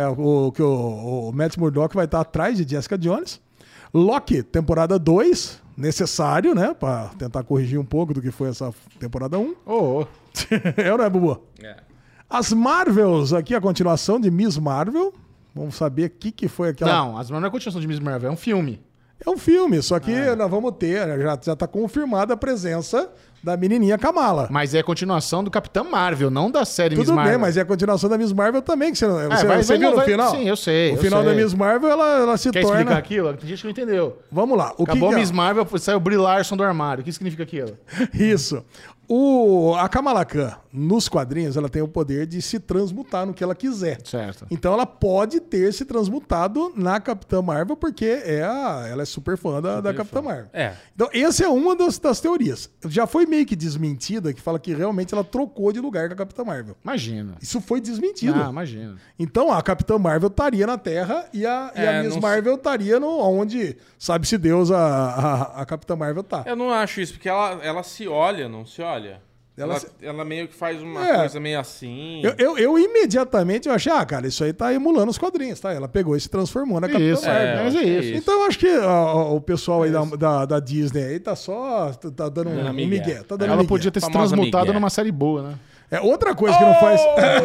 O Matt Murdock vai estar atrás de Jessica Jones. Loki, temporada 2. Necessário, né? Pra tentar corrigir um pouco do que foi essa temporada 1. É ou não é, Bubu? É. As Marvels, aqui a continuação de Miss Marvel. Vamos saber o que foi aquela... Não, As Marvel não é a continuação de Miss Marvel, é um filme. É um filme, só que nós vamos ter, já tá confirmada a presença da menininha Kamala. Mas é a continuação do Capitão Marvel, não da série Miss Marvel. Tudo bem, mas é a continuação da Miss Marvel também, que você viu no final? Sim, eu sei. O final da Miss Marvel, ela se Quer torna... explicar aquilo? Tem gente que não entendeu. Vamos lá. Acabou Miss Marvel, saiu Brie Larson do armário. O que significa aquilo? Isso. A Kamala Khan, nos quadrinhos, ela tem o poder de se transmutar no que ela quiser. Certo. Então ela pode ter se transmutado na Capitã Marvel, porque ela é super fã da Capitã Marvel. É. Então essa é uma das teorias. Já foi meio que desmentida, que fala que realmente ela trocou de lugar com a Capitã Marvel. Imagina. Isso foi desmentido. Imagina. Então a Capitã Marvel estaria na Terra e a Miss Marvel estaria onde, sabe-se Deus, a Capitã Marvel tá. Eu não acho isso, porque ela se olha, não se olha? Ela meio que faz uma coisa meio assim. Eu imediatamente achei, cara, isso aí tá emulando os quadrinhos, tá? Ela pegou e se transformou na Capitã Marvel. Mas é isso. Então eu acho que o pessoal aí da Disney aí tá só dando um migué. Tá dando ela migué. Podia ter se transmutado numa série boa, né? É outra coisa que não faz...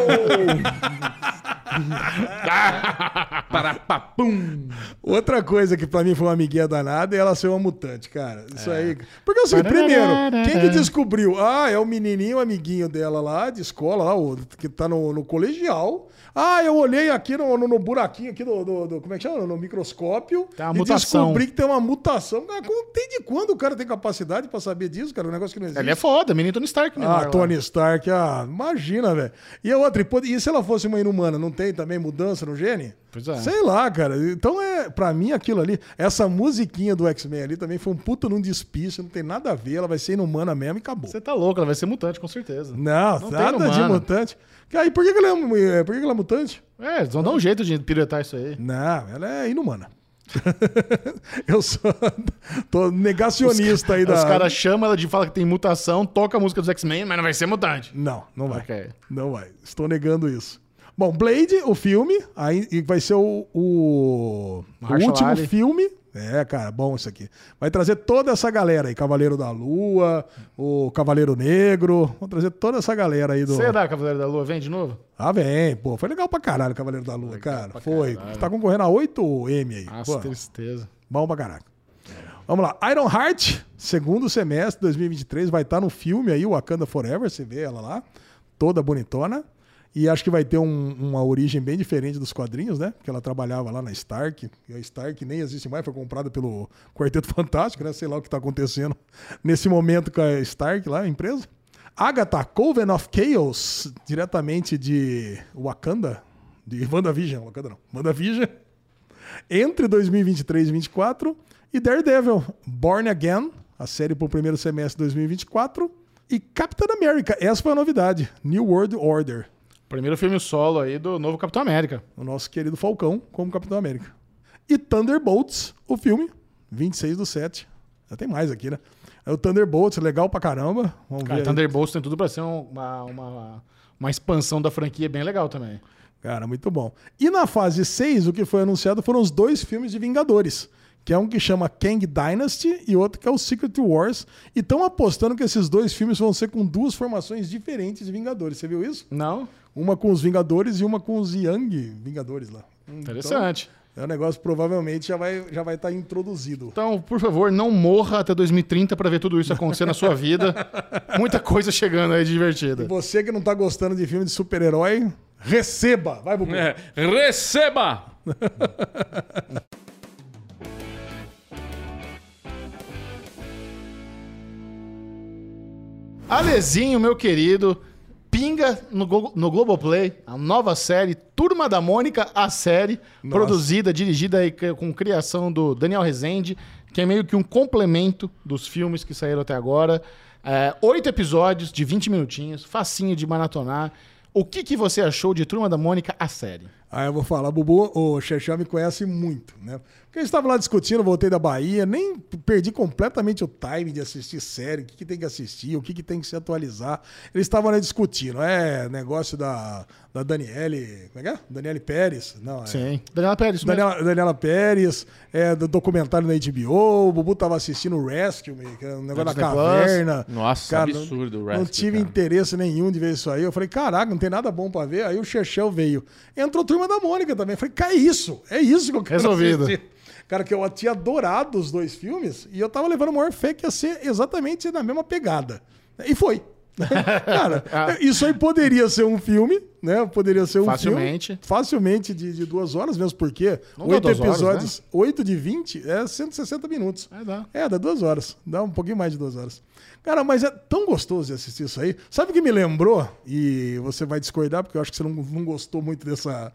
Parapapum. Outra coisa que pra mim foi uma migué danada é ela ser uma mutante, cara. Isso aí. Porque assim, primeiro, quem que descobriu? É o menininho, o amiguinho dela lá, de escola, lá, que tá no colegial. Eu olhei aqui no buraquinho aqui do como é que chama? No microscópio. Tem uma e mutação. Descobri que tem uma mutação. Cara, desde quando o cara tem capacidade pra saber disso, cara? Um negócio que não existe. Ele é foda, menino Tony Stark. Tony Stark, imagina, velho. E a outra, e se ela fosse uma inumana, não tem também mudança no gene? Pois é. Sei lá, cara. Então, pra mim, aquilo ali, essa musiquinha do X-Men ali também foi um puta num despiste, não tem nada a ver, ela vai ser inumana mesmo e acabou. Você tá louco, ela vai ser mutante, com certeza. Não nada de mutante. Aí, por que ela é mutante? Eles vão dar um jeito de piruetar isso aí. Não, ela é inumana. Eu tô negacionista aí da... Os caras chamam ela de fala que tem mutação, toca a música dos X-Men, mas não vai ser mutante. Não vai. Okay. Não vai. Estou negando isso. Bom, Blade, o filme, aí vai ser o último filme, É, cara, bom isso aqui. Vai trazer toda essa galera aí, Cavaleiro da Lua, o Cavaleiro Negro, vão trazer toda essa galera aí do... Será, Cavaleiro da Lua, vem de novo? Ah, vem, pô, foi legal pra caralho o Cavaleiro da Lua, Legal cara. pra Foi, caralho. tá concorrendo a 8 M aí. Nossa, Pô, tristeza. bom pra caraca. Vamos lá, Iron Heart, segundo semestre de 2023, vai estar no filme aí, Wakanda Forever, você vê ela lá, toda bonitona. E acho que vai ter uma origem bem diferente dos quadrinhos, né? Porque ela trabalhava lá na Stark. E a Stark nem existe mais, foi comprada pelo Quarteto Fantástico, né? Sei lá o que tá acontecendo nesse momento com a Stark lá, a empresa. Agatha, Coven of Chaos, diretamente de Wakanda, de WandaVision. Wakanda não, WandaVision. Entre 2023 e 2024. E Daredevil, Born Again, a série pro primeiro semestre de 2024. E Capitão América, essa foi a novidade. New World Order. Primeiro filme solo aí do novo Capitão América. O nosso querido Falcão como Capitão América. E Thunderbolts, o filme, 26/7. Já tem mais aqui, né? É o Thunderbolts, legal pra caramba. Vamos Cara, ver. Thunderbolts tem tudo pra ser uma expansão da franquia bem legal também. Cara, muito bom. E na fase 6, o que foi anunciado foram os 2 filmes de Vingadores. Que é um que chama Kang Dynasty e outro que é o Secret Wars. E estão apostando que esses 2 filmes vão ser com 2 formações diferentes de Vingadores. Você viu isso? Não? Uma com os Vingadores e uma com os Young Vingadores lá. Interessante. Então, é um negócio que provavelmente já vai estar introduzido. Então, por favor, não morra até 2030 pra ver tudo isso acontecer na sua vida. Muita coisa chegando aí divertida. Você que não tá gostando de filme de super-herói, receba! Vai, Bubu. Receba! Alezinho, meu querido, pinga no Globoplay a nova série Turma da Mônica, a série, produzida, dirigida aí com criação do Daniel Rezende, que é meio que um complemento dos filmes que saíram até agora. 8 episódios de 20 minutinhos, facinho de maratonar. O que você achou de Turma da Mônica, a série? Aí eu vou falar, Bubu, o Xexão me conhece muito, né? Porque a gente estava lá discutindo, voltei da Bahia, nem perdi completamente o time de assistir série, o que tem que assistir, o que tem que se atualizar. Eles estavam lá discutindo, negócio da Daniele, como é que é? Daniele Pérez. Não, Sim, Daniela Pérez. Isso mesmo. Daniela Pérez, do documentário na HBO, o Bubu tava assistindo o Rescue Me, que é um negócio da Disney caverna. Nossa, Cara, absurdo o Não Rescue, tive cara. interesse nenhum de ver isso aí. Eu falei, caraca, não tem nada bom pra ver. Aí o Chechel veio. Entrou Turma da Mônica também. Eu falei, cara, é isso que eu quero Resolvido. assistir. Cara, que eu tinha adorado os 2 filmes e eu tava levando o maior fé que ia ser exatamente na mesma pegada. E foi. Cara, isso aí poderia ser um filme, né? Poderia ser um Facilmente. filme. Facilmente de 2 horas, mesmo porque Não dá 8 2 horas, episódios, 8 de 20 é 160 minutos. Dá. Dá 2 horas. Dá um pouquinho mais de 2 horas. Cara, mas é tão gostoso de assistir isso aí. Sabe o que me lembrou? E você vai discordar, porque eu acho que você não gostou muito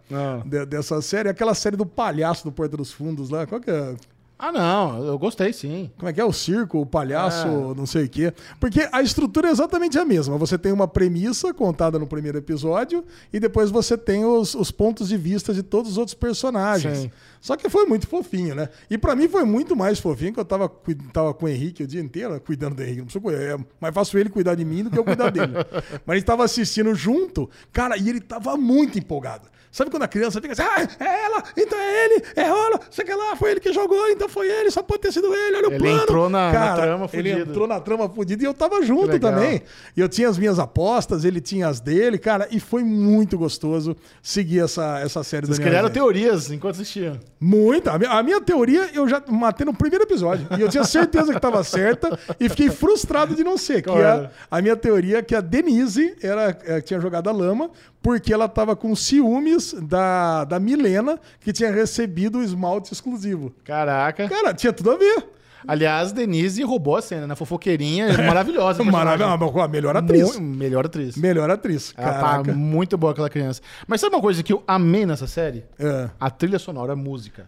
dessa série. Aquela série do palhaço do Porta dos Fundos lá. Qual que é? Ah, não, eu gostei sim. Como é que é? O circo, o palhaço, não sei o quê. Porque a estrutura é exatamente a mesma. Você tem uma premissa contada no primeiro episódio e depois você tem os pontos de vista de todos os outros personagens. Sim. Só que foi muito fofinho, né? E pra mim foi muito mais fofinho, que eu tava com o Henrique o dia inteiro, cuidando do Henrique. Não preciso cuidar, é mais fácil ele cuidar de mim do que eu cuidar dele. Mas a gente tava assistindo junto, cara, e ele tava muito empolgado. Sabe quando a criança fica assim, é ela, então é ele, é ela, sei que lá, foi ele que jogou, então foi ele, só pode ter sido ele, olha o Ele plano. entrou na Cara, trama ele fudido. entrou na trama fudida e eu tava junto Que legal. também. E eu tinha as minhas apostas, ele tinha as dele, cara, e foi muito gostoso seguir essa série do Vocês Daniel criaram Rezende. teorias enquanto assistiam. Muito. A minha teoria eu já matei no primeiro episódio. E eu tinha certeza que estava certa e fiquei frustrado de não ser. Que a minha teoria é que a Denise tinha jogado a lama porque ela estava com ciúmes da Milena, que tinha recebido o esmalte exclusivo. Caraca. Cara, tinha tudo a ver. Aliás, Denise roubou a cena, né? Fofoqueirinha, maravilhosa. Maravilhosa. Melhor atriz. Melhor atriz. Melhor atriz. Ela Caraca. tá muito boa, aquela criança. Mas sabe uma coisa que eu amei nessa série? A trilha sonora, a música.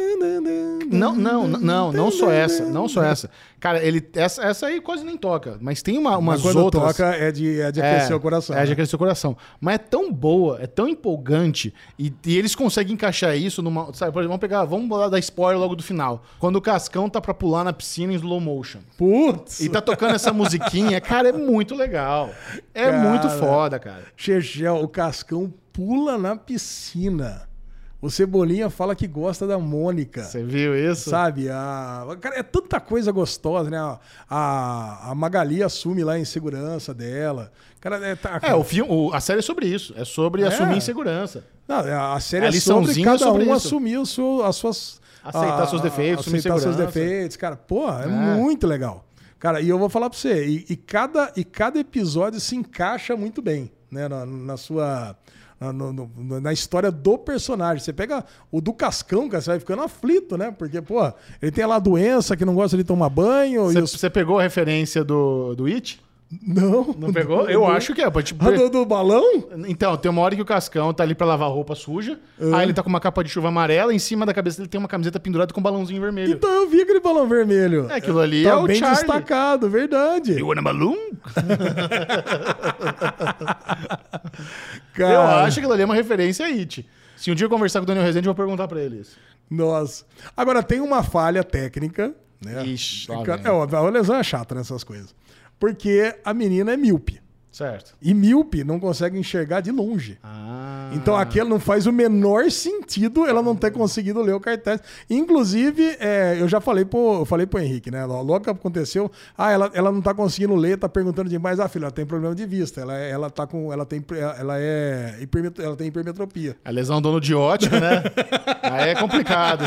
Não só essa. Não só essa. Cara, essa aí quase nem toca. Mas tem umas Mas quando outras. toca é de aquecer o coração. É de né? aquecer o coração. Mas é tão boa, é tão empolgante. E eles conseguem encaixar isso numa. Sabe, por exemplo, vamos dar spoiler logo do final. Quando o Cascão tá pra pular na piscina em slow motion. Putz! E tá tocando essa musiquinha, cara, é muito legal. É Cara. muito foda, cara. Chechel, o Cascão pula na piscina. O Cebolinha fala que gosta da Mônica. Você viu isso? Sabe? Cara, é tanta coisa gostosa, né? A Magali assume lá a insegurança dela. Cara, a série é sobre isso. É sobre assumir insegurança. Não, a série A é sobre liçãozinha cada sobre um isso. assumir as suas... Aceitar seus defeitos, assumir aceitar seus segurança. defeitos. Cara, porra, é muito legal. Cara, e eu vou falar pra você, e cada episódio se encaixa muito bem, né? Na sua... Na história do personagem. Você pega o do Cascão, cara, você vai ficando aflito, né? Porque, pô, ele tem lá a doença que não gosta de tomar banho. Você pegou a referência do It? Não. Não pegou? Eu acho que é. Tipo... Do balão? Então, tem uma hora que o Cascão tá ali pra lavar roupa suja, aí ele tá com uma capa de chuva amarela, em cima da cabeça dele tem uma camiseta pendurada com um balãozinho vermelho. Então eu vi aquele balão vermelho. Aquilo ali tá é o bem Charlie. destacado, verdade. You want a balloon? Cara, Eu acho que aquilo ali é uma referência a It. Se um dia eu conversar com o Daniel Rezende, eu vou perguntar pra ele isso. Nossa. Agora, tem uma falha técnica, né? Ixi, lá vem. A lesão é chata nessas coisas. Porque a menina é míope. Certo. E míope não consegue enxergar de longe. Então aquilo não faz o menor sentido ela não ter conseguido ler o cartaz. Inclusive, eu já falei pro Henrique, né? Logo que aconteceu, ela não tá conseguindo ler, tá perguntando demais. Filho, ela tem problema de vista, ela tem hipermetropia. A lesão dono de ótica, né? Aí é complicado.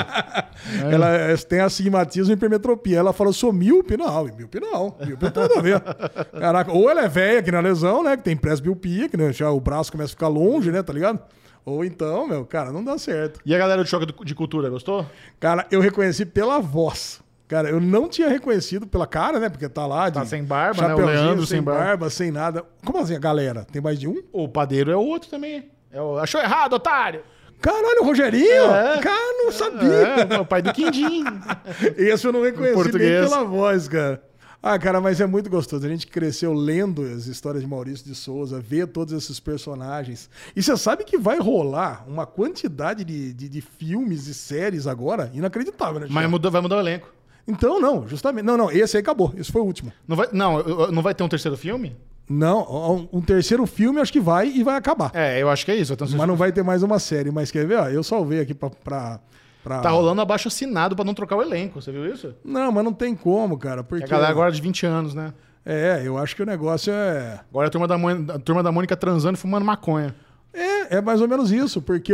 Ela tem astigmatismo e hipermetropia. Ela falou, sou míope? Não, míope não. Míope não tem nada a ver. Caraca, ou ela é velha aqui na lesão, né? Que tem presbiopia, que né, já o braço começa a ficar longe, né? Tá ligado? Ou então, cara, não dá certo. E a galera do Choque de Cultura, gostou? Cara, eu reconheci pela voz. Cara, eu não tinha reconhecido pela cara, né? Porque tá lá de... Tá sem barba, né? O chapeuzinho, Leandro sem barba, sem nada. Como assim, a galera? Tem mais de um? O padeiro é o outro também. Achou errado, otário! Caralho, o Rogerinho? É. Cara, não sabia. É, o pai do Quindim. Esse eu não reconheci Português. nem pela voz, cara. Cara, mas é muito gostoso. A gente cresceu lendo as histórias de Maurício de Souza, ver todos esses personagens. E você sabe que vai rolar uma quantidade de filmes e séries agora inacreditável, né? Mas vai mudar o elenco. Então, não, justamente. Não, esse aí acabou. Esse foi o último. Não vai ter um terceiro filme? Não, um terceiro filme acho que vai e vai acabar. Eu acho que é isso. Mas não vai ter mais uma série. Mas quer ver? Ó, eu salvei aqui pra... Tá rolando abaixo assinado pra não trocar o elenco, você viu isso? Não, mas não tem como, cara. Porque A galera agora de 20 anos, né? eu acho que o negócio é... Agora a turma da Mônica transando e fumando maconha. É mais ou menos isso, porque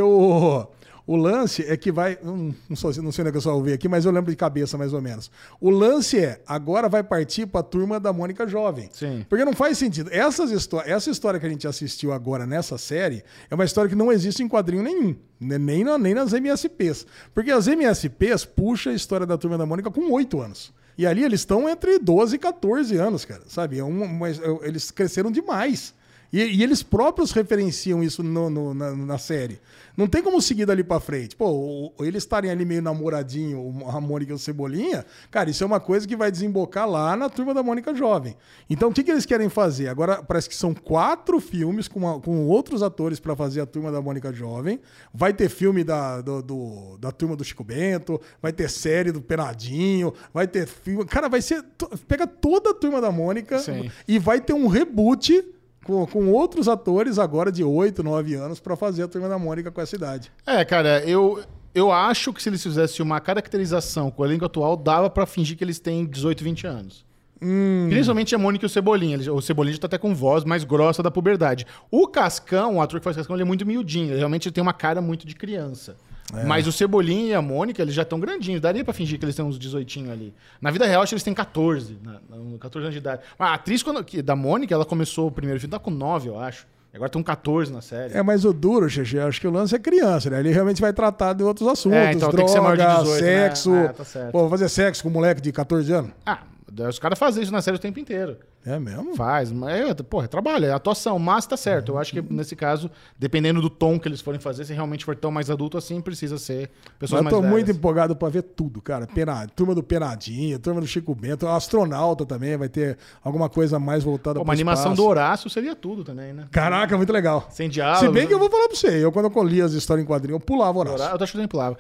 o lance é que vai... Não sei onde é que eu salvei aqui, mas eu lembro de cabeça mais ou menos. O lance agora vai partir pra turma da Mônica jovem. Sim. Porque não faz sentido. Essa história que a gente assistiu agora nessa série é uma história que não existe em quadrinho nenhum. Nem nas MSPs. Porque as MSPs puxam a história da turma da Mônica com 8 anos. E ali eles estão entre 12 e 14 anos, cara. Sabe? Eles cresceram demais. E eles próprios referenciam isso na série. Não tem como seguir dali pra frente. Pô, eles estarem ali meio namoradinho, a Mônica e o Cebolinha, cara, isso é uma coisa que vai desembocar lá na turma da Mônica jovem. Então, o que eles querem fazer? Agora, parece que são 4 filmes com outros atores pra fazer a turma da Mônica jovem. Vai ter filme da turma do Chico Bento, vai ter série do Penadinho, vai ter filme... Cara, vai ser... Pega toda a turma da Mônica. Sim. E vai ter um reboot... Com outros atores agora de 8, 9 anos pra fazer a Turma da Mônica com essa idade. Cara, eu acho que se eles fizessem uma caracterização com o elenco atual, dava pra fingir que eles têm 18, 20 anos. Principalmente a Mônica e o Cebolinha. O Cebolinha já tá até com voz mais grossa da puberdade. O Cascão, o ator que faz Cascão, ele é muito miudinho. Ele realmente tem uma cara muito de criança. Mas o Cebolinha e a Mônica, eles já estão grandinhos. Daria pra fingir que eles têm uns 18 ali. Na vida real, acho que eles têm 14. 14 anos de idade. A atriz da Mônica, ela começou o primeiro filme, tá com 9, eu acho. Agora estão 14 na série. Mas o duro, Xexê, acho que o lance é criança, né? Ele realmente vai tratar de outros assuntos. Então tem que ser maior de 18, sexo. né? Tá certo. Pô, fazer sexo com um moleque de 14 anos? Os caras fazem isso na série o tempo inteiro. É mesmo? Faz, mas é trabalho, é atuação, mas tá certo. Eu acho que nesse caso, dependendo do tom que eles forem fazer, se realmente for tão mais adulto assim, precisa ser pessoas mais Eu tô velhas. muito empolgado pra ver tudo, cara. Turma do Penadinho, turma do Chico Bento, astronauta também, vai ter alguma coisa mais voltada Uma pro animação espaço. do Horácio seria tudo também, né? Caraca, muito legal. Sem diálogo. Se bem que eu vou falar pra você, quando eu li as histórias em quadrinho, eu pulava o Horácio. Eu tô achando que pulava.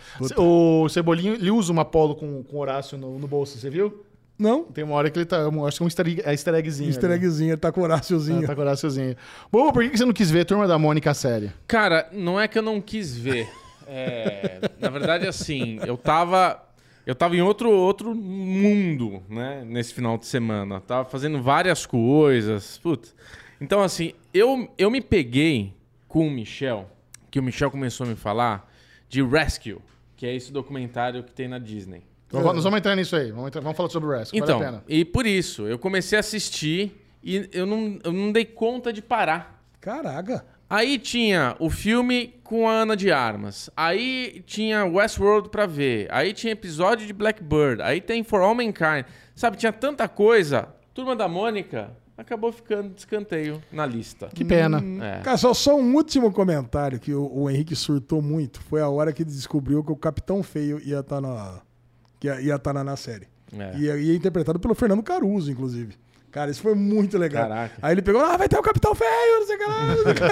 O Cebolinho, ele usa uma polo com Horácio no bolso, você viu? Não. Tem uma hora que ele tá. Acho que é um easter eggzinho. Easter eggzinho, ele tá com o Horáciozinho. Tá com o Horáciozinho. Bom, por que você não quis ver Turma da Mônica a série? Cara, não é que eu não quis ver. Na verdade, assim, eu tava em outro mundo, né? Nesse final de semana. Tava fazendo várias coisas. Putz. Então, assim, eu me peguei com o Michel, que o Michel começou a me falar de Rescue, que é esse documentário que tem na Disney. Nós vamos entrar nisso aí. Vamos falar sobre o Rescue. Então, vale a pena. e por isso, eu comecei a assistir e eu não dei conta de parar. Caraca. Aí tinha o filme com a Ana de Armas. Aí tinha Westworld pra ver. Aí tinha episódio de Blackbird. Aí tem For All Mankind. Sabe, tinha tanta coisa. Turma da Mônica acabou ficando de escanteio na lista. Que pena. Cara, só um último comentário que o Henrique surtou muito. Foi a hora que ele descobriu que o Capitão Feio ia estar na série. E ia interpretado pelo Fernando Caruso, inclusive. Cara, isso foi muito legal. Caraca. Aí ele pegou, vai ter o Capitão Feio, não sei o que lá. Não sei o que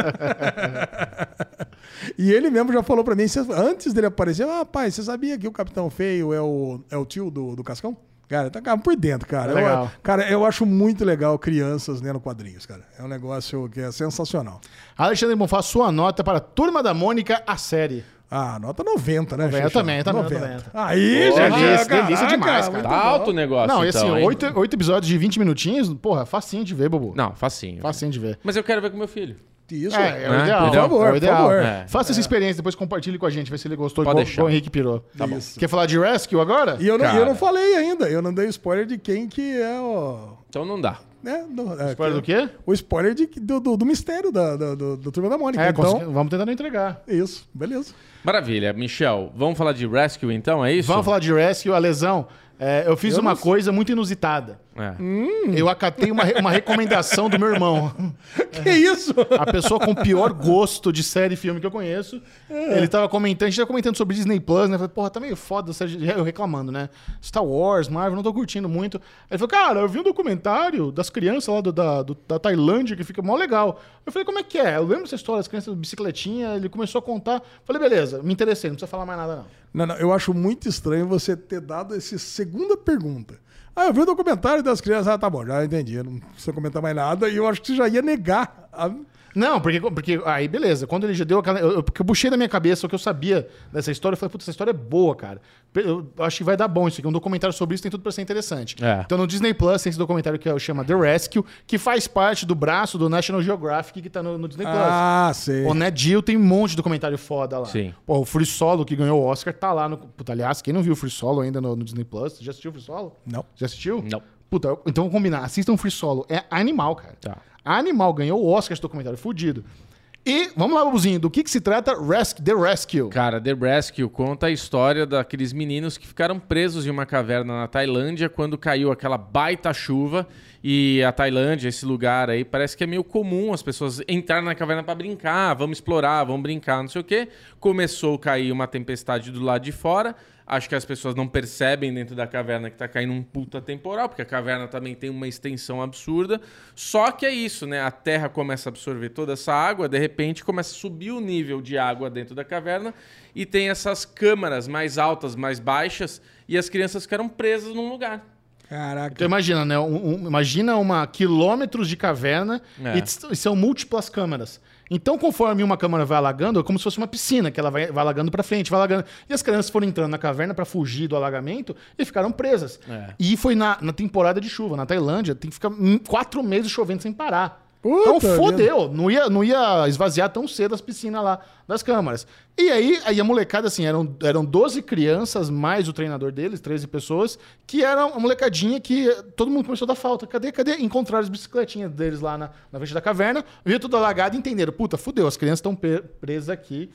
lá. E ele mesmo já falou pra mim, antes dele aparecer, pai, você sabia que o Capitão Feio é o tio do Cascão? Cara, tá por dentro, cara. Legal. Eu acho muito legal crianças lendo quadrinhos, cara. É um negócio que é sensacional. Alexandre Bonfá, sua nota para Turma da Mônica, a série. Nota 90, né, Eu também, 90. Aí, Porra, já delícia demais, cara. Tá alto o negócio, Não, e assim, então, hein? 8 episódios de 20 minutinhos, porra, facinho de ver, Bobo. Não, facinho. Facinho de ver. Mas eu quero ver com meu filho. Isso. É o né? ideal. Por favor, é o ideal. por favor. Faça essa experiência, depois compartilhe com a gente, vê se ele gostou, Pode igual deixar. o Henrique pirou. Tá bom. Isso. Quer falar de Rescue agora? E eu Cara. não falei ainda, eu não dei spoiler de quem que é o... Então não dá. Spoiler do quê? O spoiler do mistério do Turma da Mônica. Então, Vamos tentar não entregar. isso, beleza. Maravilha. Michel, vamos falar de Rescue então, é isso? Vamos falar de Rescue, a lesão. Eu fiz uma coisa muito inusitada. É. Eu acatei uma recomendação do meu irmão. Que isso? A pessoa com o pior gosto de série e filme que eu conheço. Ele tava comentando, a gente tava comentando sobre Disney Plus, né? Eu falei, porra, tá meio foda a série, eu reclamando, né? Star Wars, Marvel, não tô curtindo muito. Ele falou, cara, eu vi um documentário das crianças lá da Tailândia que fica mó legal. Eu falei, como é que é? Eu lembro dessa história, as crianças de bicicletinha, ele começou a contar. Falei, beleza, me interessei, não precisa falar mais nada, não. Não, eu acho muito estranho você ter dado essa segunda pergunta. Eu vi o documentário das crianças. Tá bom, já entendi. Não precisa comentar mais nada. E eu acho que você já ia negar. Não, porque aí beleza, quando ele já deu aquela... Porque eu puxei da minha cabeça o que eu sabia dessa história, eu falei, putz, essa história é boa, cara. Eu acho que vai dar bom isso aqui, um documentário sobre isso tem tudo pra ser interessante. Então no Disney Plus tem esse documentário que chama The Rescue, que faz parte do braço do National Geographic que tá no Disney Plus. Sei. O Nat Geo tem um monte de documentário foda lá. Sim. Pô, o Free Solo, que ganhou o Oscar, tá lá no... Puta, aliás, quem não viu o Free Solo ainda no Disney Plus, já assistiu o Free Solo? Não. Já assistiu? Não. Puta, então vamos combinar, assistam o Free Solo, é animal, cara. Tá. Animal, ganhou o Oscar esse documentário, fudido. E, vamos lá, Babuzinho, do que se trata The Rescue? Cara, The Rescue conta a história daqueles meninos que ficaram presos em uma caverna na Tailândia quando caiu aquela baita chuva. E a Tailândia, esse lugar aí, parece que é meio comum as pessoas entrarem na caverna pra brincar, vamos explorar, vamos brincar, não sei o quê. Começou a cair uma tempestade do lado de fora. Acho que as pessoas não percebem dentro da caverna que tá caindo um puta temporal, porque a caverna também tem uma extensão absurda. Só que é isso, né? A terra começa a absorver toda essa água, de repente começa a subir o nível de água dentro da caverna e tem essas câmaras mais altas, mais baixas, e as crianças ficaram presas num lugar. Caraca. Então imagina, né? Imagina quilômetros de caverna e são múltiplas câmaras. Então, conforme uma câmara vai alagando, é como se fosse uma piscina, que ela vai alagando pra frente, vai alagando. E as crianças foram entrando na caverna pra fugir do alagamento e ficaram presas. E foi na temporada de chuva. Na Tailândia, tem que ficar 4 meses chovendo sem parar. Então fodeu, não ia esvaziar tão cedo as piscinas lá das câmaras. E aí a molecada, assim, eram 12 crianças, mais o treinador deles, 13 pessoas, que era uma molecadinha que todo mundo começou a dar falta. Cadê? Encontraram as bicicletinhas deles lá na frente da caverna, viu tudo alagado e entenderam, puta, fudeu, as crianças estão presas aqui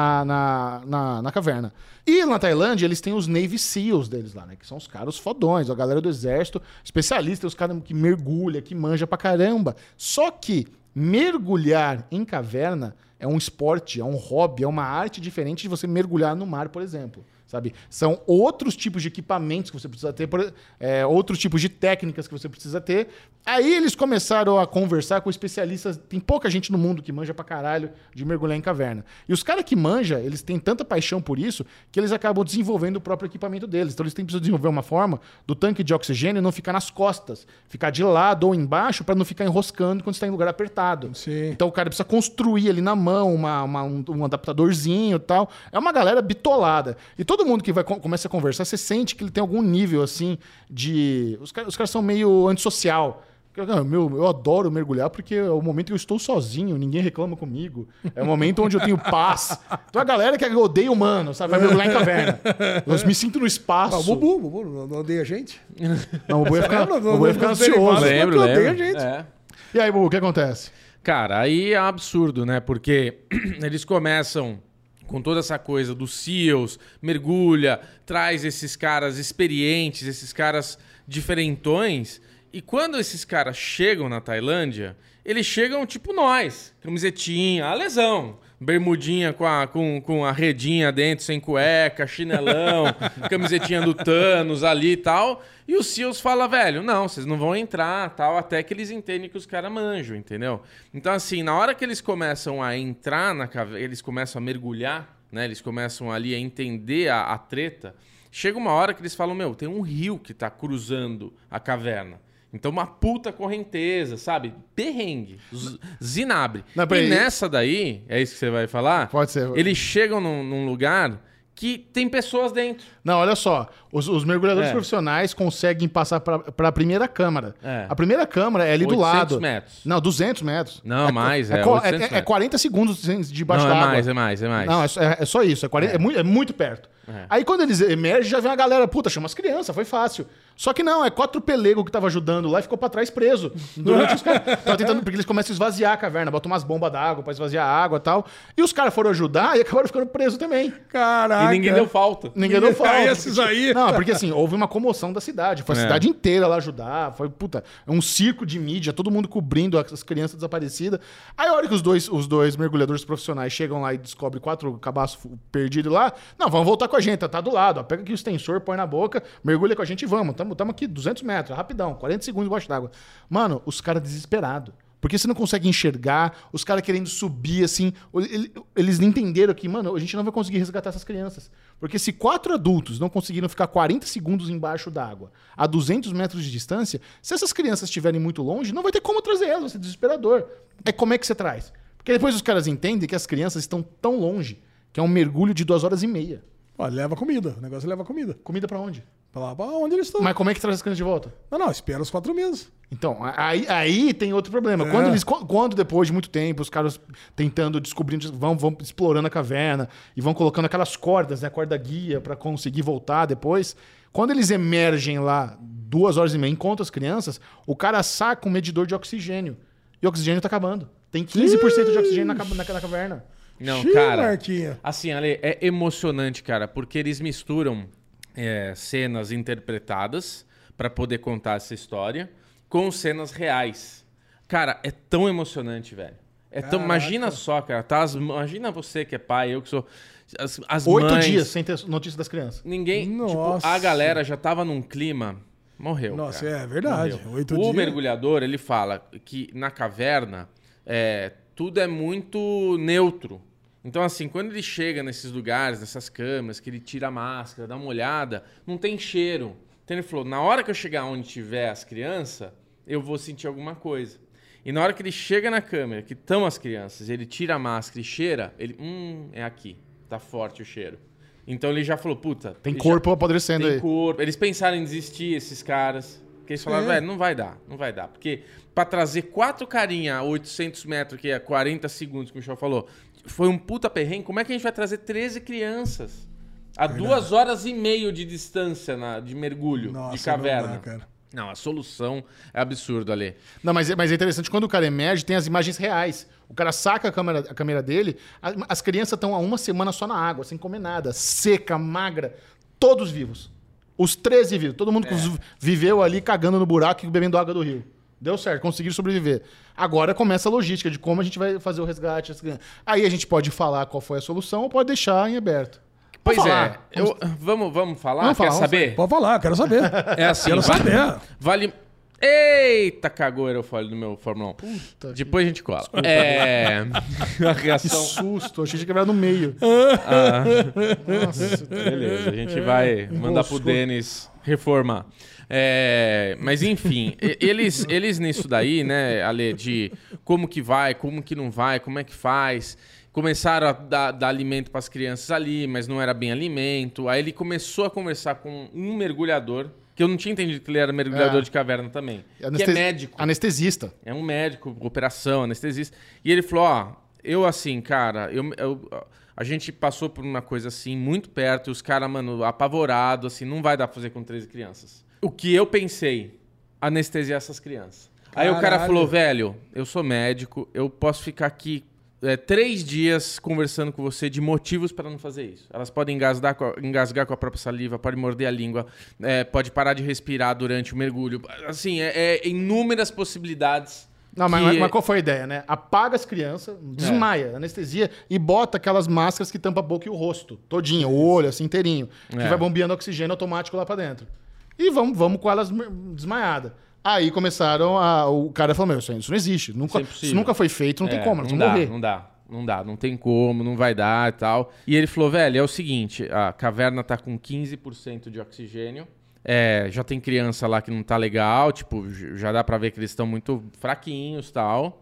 na caverna. E na Tailândia, eles têm os Navy Seals deles lá, né? Que são os caras fodões, a galera do exército, especialistas, os caras que mergulha, que manja pra caramba. Só que mergulhar em caverna é um esporte, é um hobby, é uma arte diferente de você mergulhar no mar, por exemplo. Sabe? São outros tipos de equipamentos que você precisa ter, outros tipos de técnicas que você precisa ter. Aí eles começaram a conversar com especialistas. Tem pouca gente no mundo que manja pra caralho de mergulhar em caverna. E os caras que manjam, eles têm tanta paixão por isso que eles acabam desenvolvendo o próprio equipamento deles. Então eles têm que desenvolver uma forma do tanque de oxigênio não ficar nas costas, ficar de lado ou embaixo para não ficar enroscando quando está em lugar apertado. Sim. Então o cara precisa construir ali na mão mão um adaptadorzinho e tal. É uma galera bitolada. E todo mundo que começa a conversar, você sente que ele tem algum nível, assim, de... Os caras são meio antissocial. Eu adoro mergulhar porque é o momento que eu estou sozinho, ninguém reclama comigo. É o momento onde eu tenho paz. Então a galera que odeia humano, sabe? Vai mergulhar em caverna. Eu me sinto no espaço. O Bubu não odeia a gente? Não, o Bubu ia ficar ansioso. Lembro. Odeia a gente. É. E aí, Bubu, o que acontece? Cara, aí é um absurdo, né? Porque eles começam com toda essa coisa dos SEALs, mergulha, traz esses caras experientes, esses caras diferentões. E quando esses caras chegam na Tailândia, eles chegam tipo nós. Camisetinha, a lesão. Bermudinha com a redinha dentro, sem cueca, chinelão, camisetinha do Thanos ali e tal. E os SEALs falam, velho, não, vocês não vão entrar, tal, até que eles entendem que os caras manjam, entendeu? Então, assim, na hora que eles começam a entrar na caverna, eles começam a mergulhar, né? Eles começam ali a entender a treta. Chega uma hora que eles falam, meu, tem um rio que tá cruzando a caverna. Então, uma puta correnteza, sabe? Perrengue. Zinabre. Não, e nessa daí, é isso que você vai falar? Pode ser. Eles chegam num lugar que tem pessoas dentro. Não, olha só. Os mergulhadores profissionais conseguem passar para a primeira câmara. É. A primeira câmara é ali do 800 lado. metros. Não, 200 metros. Não, mais. 800 metros. 40 segundos debaixo Não, d'água. é mais. Não, é só isso. É muito perto. É. Aí quando eles emergem, já vem a galera, puta, chama as crianças, foi fácil. Só que não, é 4 pelegos que tava ajudando lá e ficou pra trás preso. Durante os caras. Tava tentando, porque eles começam a esvaziar a caverna, botam umas bombas d'água pra esvaziar a água e tal. E os caras foram ajudar e acabaram ficando presos também. Caraca. E ninguém deu falta. Ninguém deu falta. Esses aí. Não, porque assim, houve uma comoção da cidade. Foi a cidade inteira lá ajudar. Foi, puta, um circo de mídia, todo mundo cobrindo as crianças desaparecidas. Aí a hora que os dois mergulhadores profissionais chegam lá e descobrem 4 cabaços perdidos lá, não, vamos voltar com a gente, tá do lado. Ó, pega aqui o extensor, põe na boca, mergulha com a gente e vamos. Tamo aqui, 200 metros, rapidão, 40 segundos embaixo d'água. Mano, os caras desesperados. Porque você não consegue enxergar, os caras querendo subir, assim. Eles entenderam que, mano, a gente não vai conseguir resgatar essas crianças. Porque se 4 adultos não conseguiram ficar 40 segundos embaixo d'água, a 200 metros de distância, se essas crianças estiverem muito longe, não vai ter como trazer elas, vai ser desesperador. É como é que você traz? Porque depois os caras entendem que as crianças estão tão longe, que é um mergulho de 2h30. Ó, leva comida. O negócio leva comida. Comida pra onde? Pra lá, pra onde eles estão. Mas como é que traz as crianças de volta? Não, espera os 4 meses. Então, aí tem outro problema. Quando depois de muito tempo, os caras tentando, descobrindo, vão explorando a caverna e vão colocando aquelas cordas, né? Corda guia pra conseguir voltar depois. Quando eles emergem lá 2h30, encontram as crianças, o cara saca um medidor de oxigênio. E o oxigênio tá acabando. Tem 15% de oxigênio naquela caverna. Não, Xiii, cara. Marquinhos. Assim, Ale, é emocionante, cara, porque eles misturam cenas interpretadas pra poder contar essa história com cenas reais. Cara, é tão emocionante, velho. Imagina só, cara. Imagina você que é pai, eu que sou. As 8 mães, dias sem ter notícia das crianças. Ninguém. Nossa. Tipo, a galera já tava num clima. Morreu. Nossa, cara. é verdade. Morreu. 8 O dias. mergulhador, ele fala que na caverna tudo é muito neutro. Então, assim, quando ele chega nesses lugares, nessas câmeras, que ele tira a máscara, dá uma olhada, não tem cheiro. Então ele falou, na hora que eu chegar onde tiver as crianças, eu vou sentir alguma coisa. E na hora que ele chega na câmera, que estão as crianças, ele tira a máscara e cheira, ele, é aqui, tá forte o cheiro. Então ele já falou, puta... Tem corpo apodrecendo aí. Tem corpo. Eles pensaram em desistir, esses caras. Porque eles falaram, velho, não vai dar. Porque pra trazer 4 carinha a 800 metros, que é 40 segundos, que o Michel falou, foi um puta perrengue. Como é que a gente vai trazer 13 crianças a 2h30 de distância de mergulho, Nossa, de caverna? não dá, cara. Não, a solução é absurda, Ale. Não, mas é interessante, quando o cara emerge, tem as imagens reais. O cara saca a câmera dele, as crianças estão há 1 semana só na água, sem comer nada, seca, magra, todos vivos. Os 13 vivos, todo mundo viveu ali cagando no buraco e bebendo água do rio. Deu certo, conseguiram sobreviver. Agora começa a logística de como a gente vai fazer o resgate. Aí a gente pode falar qual foi a solução ou pode deixar em aberto. Pois falar. Vamos falar? Vamos falar, Quer saber? Pode falar, quero saber. É assim, Quero saber. Vale... Eita, cagou o aerofólio do meu Fórmula 1. Puta Depois a gente cola. A que reação... susto, achei que tinha quebrado no meio. Nossa, Beleza, a gente vai mandar pro Denis reformar. Mas enfim, eles nisso daí, né, Ale, de como que vai, como que não vai, como é que faz. Começaram a dar alimento para as crianças ali, mas não era bem alimento. Aí ele começou a conversar com um mergulhador, que eu não tinha entendido que ele era mergulhador de caverna também. Que é médico. Anestesista. É um médico, operação, anestesista. E ele falou, ó, eu assim, cara, a gente passou por uma coisa assim, muito perto, e os caras, mano, apavorados, assim, não vai dar pra fazer com 13 crianças. O que eu pensei? Anestesiar essas crianças. Caralho. Aí o cara falou, velho, eu sou médico, eu posso ficar aqui 3 dias conversando com você de motivos para não fazer isso. Elas podem engasgar com a própria saliva, podem morder a língua, pode parar de respirar durante o mergulho. Assim, inúmeras possibilidades. Não, mas qual foi a ideia, né? Apaga as crianças, desmaia, anestesia e bota aquelas máscaras que tampam a boca e o rosto, todinho, o olho, assim, inteirinho, que vai bombeando oxigênio automático lá pra dentro. E vamos com elas desmaiadas. Aí começaram o cara falou, meu, isso não existe. Isso nunca foi feito, não tem como, elas vão morrer. Não dá, não tem como, não vai dar e tal. E ele falou, velho, é o seguinte, a caverna tá com 15% de oxigênio, já tem criança lá que não tá legal, tipo, já dá pra ver que eles estão muito fraquinhos e tal.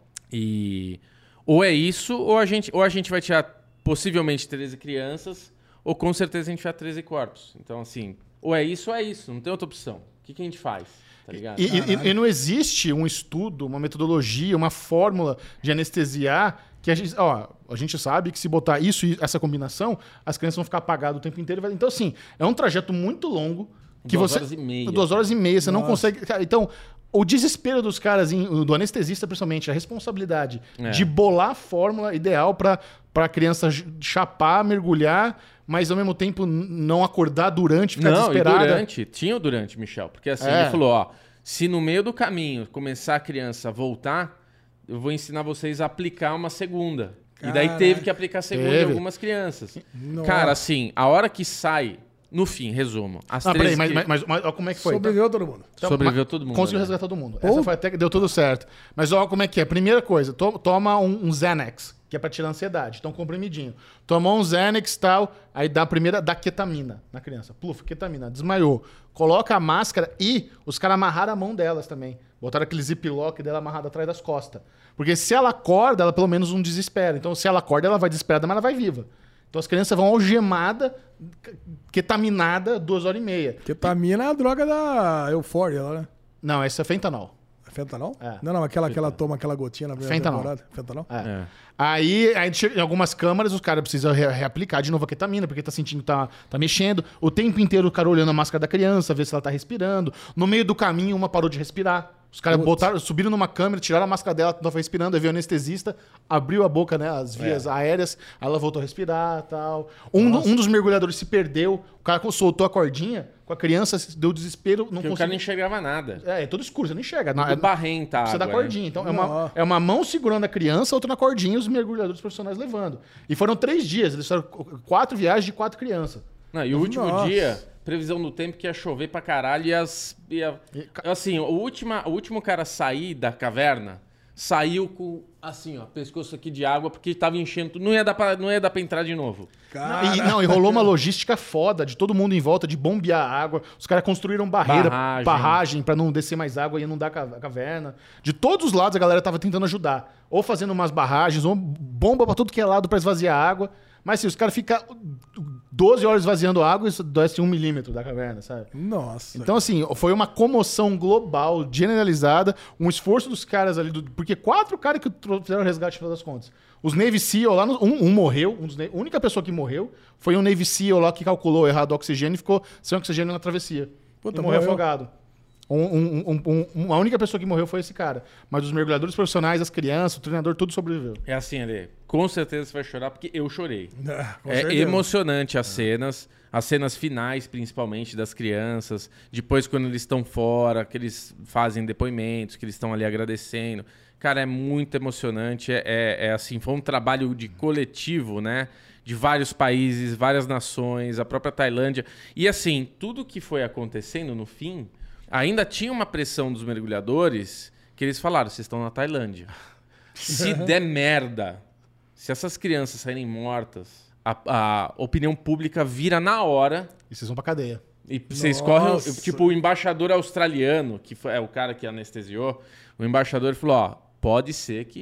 E ou é isso, ou a gente vai tirar possivelmente 13 crianças, ou com certeza a gente vai tirar 13 corpos. Então, assim, ou é isso, não tem outra opção. O que a gente faz? Tá ligado? E não existe um estudo, uma metodologia, uma fórmula de anestesiar que a gente sabe que se botar isso e essa combinação, as crianças vão ficar apagadas o tempo inteiro. Então, assim, é um trajeto muito longo. 2 horas e meia. 2 horas e meia, você não consegue... Então, o desespero dos caras, do anestesista principalmente, a responsabilidade de bolar a fórmula ideal para a criança chapar, mergulhar, mas ao mesmo tempo não acordar durante, ficar desesperada. Tinha o durante, Michel. Porque assim, ele falou, ó, se no meio do caminho começar a criança a voltar, eu vou ensinar vocês a aplicar uma segunda. E daí teve que aplicar a segunda em algumas crianças. Nossa. Cara, assim, a hora que sai... No fim, resumo. Peraí, mas como é que foi? Sobreviveu todo mundo. Então, sobreviveu todo mundo. Conseguiu resgatar todo mundo. Essa foi até que deu tudo certo. Mas olha como é que é. Primeira coisa, toma um Xanax, que é pra tirar a ansiedade. Então, comprimidinho. Tomou um Xanax e tal, aí dá ketamina na criança. Pluf, ketamina. Desmaiou. Coloca a máscara e os caras amarraram a mão delas também. Botaram aquele ziplock dela amarrado atrás das costas. Porque se ela acorda, ela pelo menos não desespera. Então, se ela acorda, ela vai desesperada, mas ela vai viva. Então as crianças vão algemadas, ketaminada, 2 horas e meia. Ketamina é a droga da Euphoria, né? Não, essa é fentanol. É fentanol? É. Não, aquela que ela toma aquela gotinha na primeira temporada. Fentanol? É. Aí em algumas câmaras os caras precisam reaplicar de novo a ketamina, porque tá sentindo que tá mexendo. O tempo inteiro o cara olhando a máscara da criança, ver se ela tá respirando. No meio do caminho, uma parou de respirar. Os caras subiram numa câmera, tiraram a máscara dela, não foi respirando, aí veio o anestesista, abriu a boca, né, as vias aéreas, aí ela voltou a respirar e tal. Um dos mergulhadores se perdeu, o cara soltou a cordinha com a criança, deu desespero. Não conseguiu. O cara não enxergava nada. É todo escuro, você não enxerga. É barrenta, precisa da cordinha. Então é uma mão segurando a criança, outra na cordinha e os mergulhadores profissionais levando. E foram 3 dias, eles fizeram 4 viagens de 4 crianças. Não, e o último dia, previsão do tempo que ia chover pra caralho assim, o último cara a sair da caverna saiu com, assim, ó, pescoço aqui de água porque tava enchendo tudo. Não ia dar pra entrar de novo. E rolou uma logística foda de todo mundo em volta de bombear a água. Os caras construíram barragem pra não descer mais água e inundar a caverna. De todos os lados a galera tava tentando ajudar. Ou fazendo umas barragens, ou bomba pra tudo que é lado pra esvaziar a água. Mas assim, os caras ficam 12 horas esvaziando água e isso desce 1 milímetro da caverna, sabe? Nossa. Então, assim, foi uma comoção global, generalizada, um esforço dos caras ali, porque 4 caras que fizeram o resgate, no final das contas. Os Navy SEAL lá, um morreu, a única pessoa que morreu foi um Navy SEAL lá que calculou errado o oxigênio e ficou sem oxigênio na travessia. Puta, e morreu afogado. A única pessoa que morreu foi esse cara. Mas os mergulhadores profissionais, as crianças, o treinador, tudo sobreviveu. É assim, Ale. Com certeza você vai chorar, porque eu chorei. É emocionante as cenas finais, principalmente, das crianças. Depois, quando eles estão fora, que eles fazem depoimentos, que eles estão ali agradecendo. Cara, é muito emocionante. Assim, foi um trabalho de coletivo, né? De vários países, várias nações, a própria Tailândia. E assim, tudo que foi acontecendo no fim... Ainda tinha uma pressão dos mergulhadores que eles falaram, vocês estão na Tailândia. Se der merda, se essas crianças saírem mortas, a opinião pública vira na hora. E vocês vão pra cadeia. E vocês correm... Tipo, o embaixador australiano, que é o cara que anestesiou, o embaixador falou, ó, pode ser que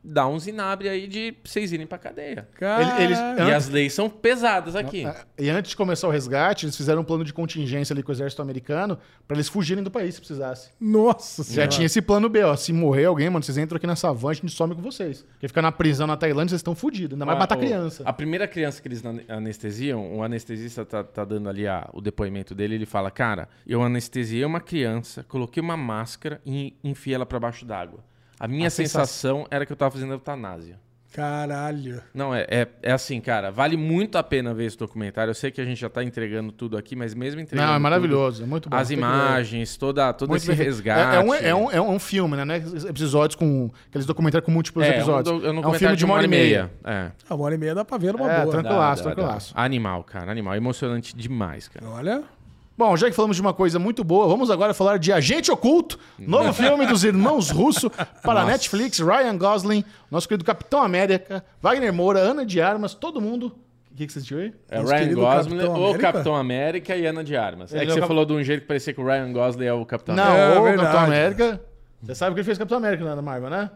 dar um zinabre aí de vocês irem pra cadeia. Cara, E as leis são pesadas aqui. E antes de começar o resgate, eles fizeram um plano de contingência ali com o exército americano pra eles fugirem do país se precisasse. Nossa Já senhora. tinha esse plano B, ó. Se morrer alguém, mano, vocês entram aqui nessa van, a gente some com vocês. Porque ficar na prisão na Tailândia, vocês estão fodidos. Ainda mais matar criança. A primeira criança que eles anestesiam, o anestesista tá dando ali o depoimento dele, ele fala, cara, eu anestesiei uma criança, coloquei uma máscara e enfiei ela pra baixo d'água. A minha sensação era que eu tava fazendo eutanásia. Caralho. Não, é assim, cara, vale muito a pena ver esse documentário. Eu sei que a gente já tá entregando tudo aqui, mas mesmo entregando Não, é tudo, maravilhoso, é muito bom. as imagens, todo Muito esse bem feito. resgate. É um filme, né? Não é episódios com... Aqueles documentários com múltiplos episódios. É um filme de 1h30. É. A 1h30 dá pra ver numa boa. tranquilaço, Dá. tranquilaço. Animal, cara, animal. Emocionante demais, cara. Olha. Bom, já que falamos de uma coisa muito boa, vamos agora falar de Agente Oculto, novo filme dos irmãos Russo para a Netflix, Ryan Gosling, nosso querido Capitão América, Wagner Moura, Ana de Armas, todo mundo. O que você assistiu aí? É Nosso Ryan querido Gosling, Capitão o América? Capitão América e Ana de Armas. Ele É que é o você Cap- falou de um jeito que parecia que o Ryan Gosling é o Capitão Não, América. É o verdade. Capitão América. Você sabe que ele fez Capitão América na Marvel, né?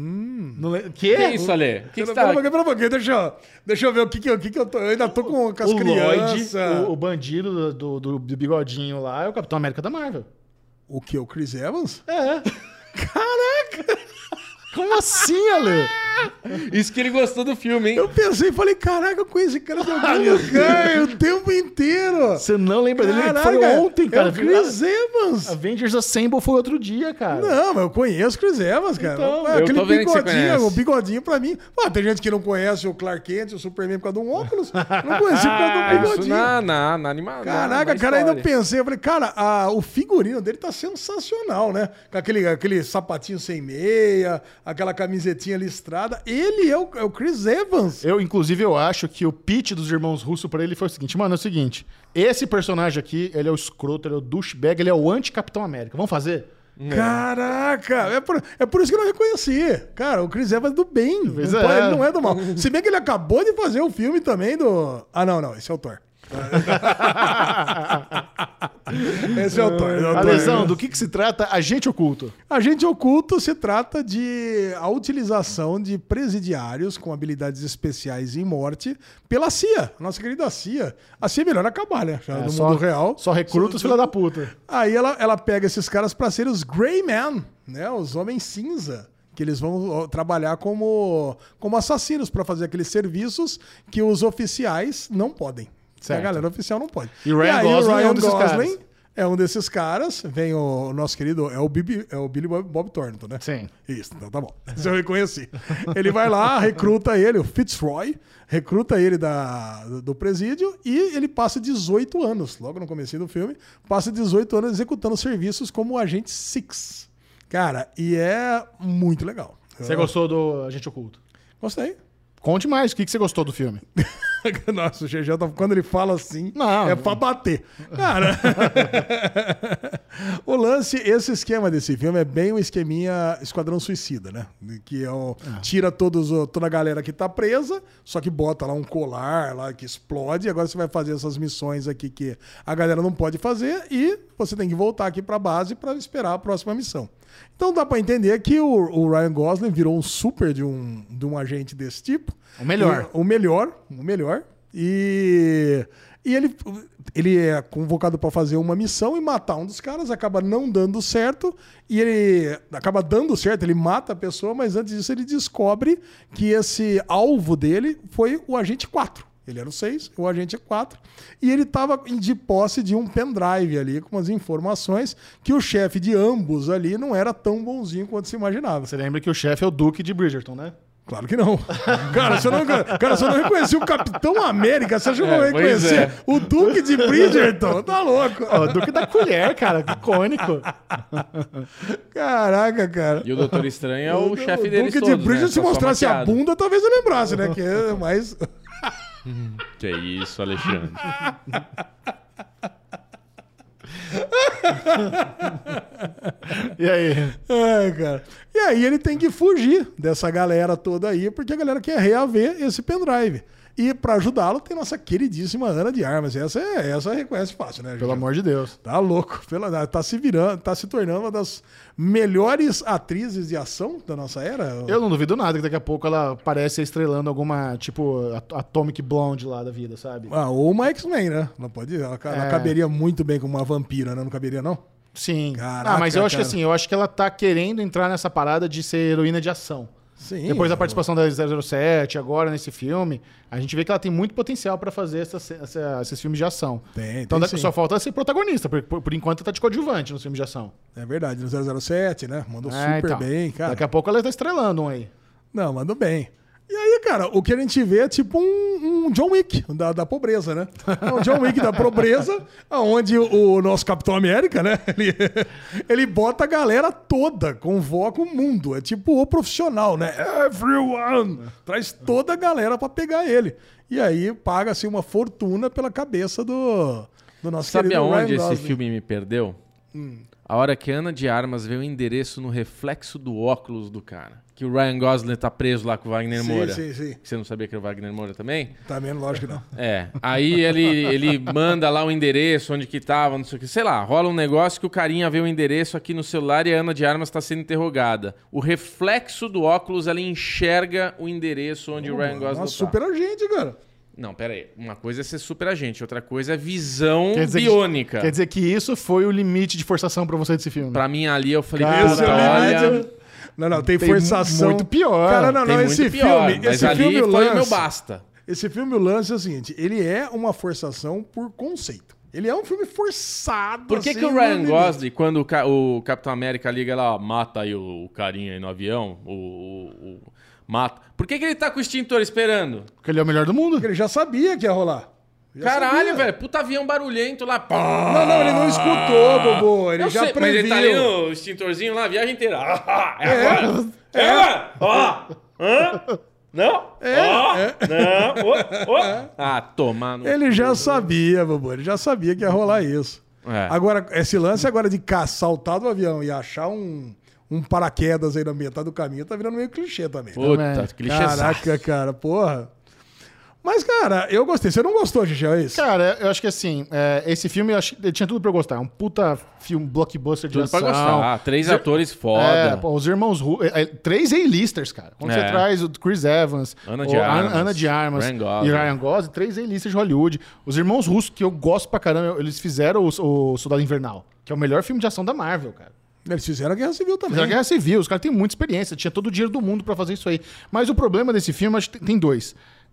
Que é isso, Ale? O que você tá... Pera um pouquinho, deixa eu ver o que eu tô. Eu ainda tô com as O Lloyd, crianças. o bandido do bigodinho lá, é o Capitão América da Marvel. O que? O Chris Evans? É. Caraca! Como assim, Ale? Isso que ele gostou do filme, hein? Eu pensei, falei, caraca, eu conheço esse cara de algum lugar o tempo inteiro. Você não lembra dele? Caraca, Foi ontem, cara. É o Chris Evans. Avengers Assemble foi outro dia, cara. Não, mas eu conheço o Chris Evans, cara. Então, Ah, eu aquele tô vendo que você bigodinho, conhece. o bigodinho pra mim. Ah, tem gente que não conhece o Clark Kent, o Superman por causa de um óculos. Não conheci por causa do Isso bigodinho. na animação. Caraca, cara, ainda pensei, eu falei, cara, o figurino dele tá sensacional, né? Com aquele sapatinho sem meia, aquela camisetinha listrada. Ele é o Chris Evans. Inclusive, eu acho que o pitch dos irmãos Russo pra ele foi o seguinte, mano, é o seguinte, esse personagem aqui, ele é o escroto, ele é o douchebag, ele é o anti-Capitão América. Vamos fazer? Caraca, é por isso que eu não reconheci. Cara, o Chris Evans é do bem. Pois Não é. pode- Ele não é do mal. Se bem que ele acabou de fazer o filme também do... Ah, não, esse é o Thor. Esse é o Thor. Alesão, do que se trata Agente Oculto? Agente Oculto se trata de a utilização de presidiários com habilidades especiais em morte pela CIA, nossa querida CIA. A CIA é melhor acabar, né? Já no mundo real. Só recruta os filha da puta. Aí ela pega esses caras pra serem os Grey Men, né? Os homens cinza. Que eles vão trabalhar como assassinos pra fazer aqueles serviços que os oficiais não podem. Certo. A galera oficial não pode. E Ryan aí Gosling o Ryan é um desses Gosling caras. é um desses caras. Vem o nosso querido, é o Billy Bob Thornton, né? Sim. Isso, então tá bom. Isso eu reconheci. Ele vai lá, recruta ele, o Fitzroy, recruta ele do presídio e ele passa 18 anos, logo no comecinho do filme, passa 18 anos executando serviços como agente Six. Cara, e é muito legal. Você gostou do Agente Oculto? Gostei. Conte mais, o que você gostou do filme? Nossa, o GG, quando ele fala assim, Não. é pra bater. Cara, esse esquema desse filme é bem o esqueminha Esquadrão Suicida, né? Que tira toda a galera que tá presa, só que bota lá um colar lá que explode, e agora você vai fazer essas missões aqui que a galera não pode fazer e você tem que voltar aqui pra base pra esperar a próxima missão. Então dá pra entender que o Ryan Gosling virou um super de um agente desse tipo. O melhor. O melhor. E ele é convocado para fazer uma missão e matar um dos caras, acaba não dando certo, e ele acaba dando certo, ele mata a pessoa, mas antes disso ele descobre que esse alvo dele foi o agente 4. Ele era o 6, o agente é 4. E ele estava de posse de um pendrive ali, com umas informações que o chefe de ambos ali não era tão bonzinho quanto se imaginava. Você lembra que o chefe é o Duque de Bridgerton, né? Claro que não. Cara, você não reconheceu o Capitão América, você acha que eu vou pois reconhecer é. o Duque de Bridgerton? Tá louco. Ó, o Duque da Colher, cara, que icônico. Caraca, cara. E o Doutor Estranho é o chefe deles Duque todos, de Bridgerton, né? se Só mostrasse a maquiado. bunda, talvez eu lembrasse, né? Que é mais... Que isso, Alexandre. E aí? Ai, cara. E aí ele tem que fugir dessa galera toda aí, porque a galera quer reaver esse pendrive. E pra ajudá-lo tem nossa queridíssima Ana de Armas. Essa reconhece fácil, né, gente? Pelo amor de Deus. Tá louco. Tá se virando, tá se tornando uma das melhores atrizes de ação da nossa era. Eu não duvido nada que daqui a pouco ela parece estrelando alguma, tipo, Atomic Blonde lá da vida, sabe? Ou uma X-Men, né? Não pode ir. Ela caberia muito bem como uma vampira, né? Não caberia, não? Sim. Caraca, Mas eu acho que cara. assim, eu acho que ela tá querendo entrar nessa parada de ser heroína de ação. Sim. Depois da participação da 007, agora nesse filme, a gente vê que ela tem muito potencial pra fazer esses filmes de ação. Então tem sim. só falta ser protagonista, por enquanto tá de coadjuvante nos filmes de ação. É verdade, no 007, né? Mandou super então. bem, cara. Daqui a pouco ela tá estrelando um aí. Não, mandou bem. E aí, cara, o que a gente vê é tipo um John Wick da pobreza, né? É um John Wick da pobreza, onde o nosso Capitão América, né? Ele bota a galera toda, convoca o mundo. É tipo o profissional, né? Everyone! Traz toda a galera pra pegar ele. E aí paga-se uma fortuna pela cabeça do nosso Sabe querido aonde Ryan esse Gosling. filme me perdeu? A hora que a Ana de Armas vê o endereço no reflexo do óculos do cara. Que o Ryan Gosling tá preso lá com o Wagner Moura. Sim. Você não sabia que era o Wagner Moura também? Tá vendo? Lógico que não. É. Aí ele manda lá o endereço, onde que tava, não sei o que. Sei lá, rola um negócio que o carinha vê o endereço aqui no celular e a Ana de Armas tá sendo interrogada. O reflexo do óculos, ela enxerga o endereço onde o Ryan Gosling Uma tá. super agente, cara. Não, pera aí. Uma coisa é ser super agente, outra coisa é visão Quer dizer biônica. Quer dizer que isso foi o limite de forçação pra você desse filme. Pra mim ali eu falei, Cara, Esse é puta, o limite, olha... né? Não, tem Tem forçação. muito pior. Cara, não, Tem esse muito pior, filme. mas Esse ali filme, o foi o meu lance. basta. Esse filme, o lance é o seguinte: ele é uma forçação por conceito. Ele é um filme forçado. Por que, assim, que o Ryan no Gosling, quando o Capitão América liga lá, ó, mata aí o carinha aí no avião, mata. Por que ele tá com o extintor esperando? Porque ele é o melhor do mundo. limite? Ele já sabia que ia rolar. Já Caralho, sabia. velho, puta avião barulhento lá. Não, ele não escutou, Bobo. Ele Eu já sei, previu. mas ele tá ali no extintorzinho lá a viagem inteira. Ó. Hã? Não? Não? Ah, toma. Ele já sabia, Bobo. Ele já sabia que ia rolar isso. É. Agora, esse lance agora de saltar do avião e achar um paraquedas aí na metade do caminho tá virando meio clichê também. Puta, clichê. Caraca, cara, porra. Mas, cara, eu gostei. Você não gostou, Gigi, é isso? Cara, eu acho que assim, esse filme ele tinha tudo pra eu gostar. É um puta filme blockbuster de Tudo ação. pra gostar. 3 atores É, foda. pô, os irmãos Russo. 3 A-listers, cara. Quando você traz o Chris Evans, Ana de Armas, Ryan Ryan Gosling Gosling. e Ryan Gosling, 3 A-listers de Hollywood. Os irmãos Russo, que eu gosto pra caramba, eles fizeram o Soldado Invernal, que é o melhor filme de ação da Marvel, cara. Eles fizeram a Guerra Civil também. Fizeram a Guerra Civil, os caras têm muita experiência, tinha todo o dinheiro do mundo pra fazer isso aí. Mas o problema desse filme, acho que tem dois.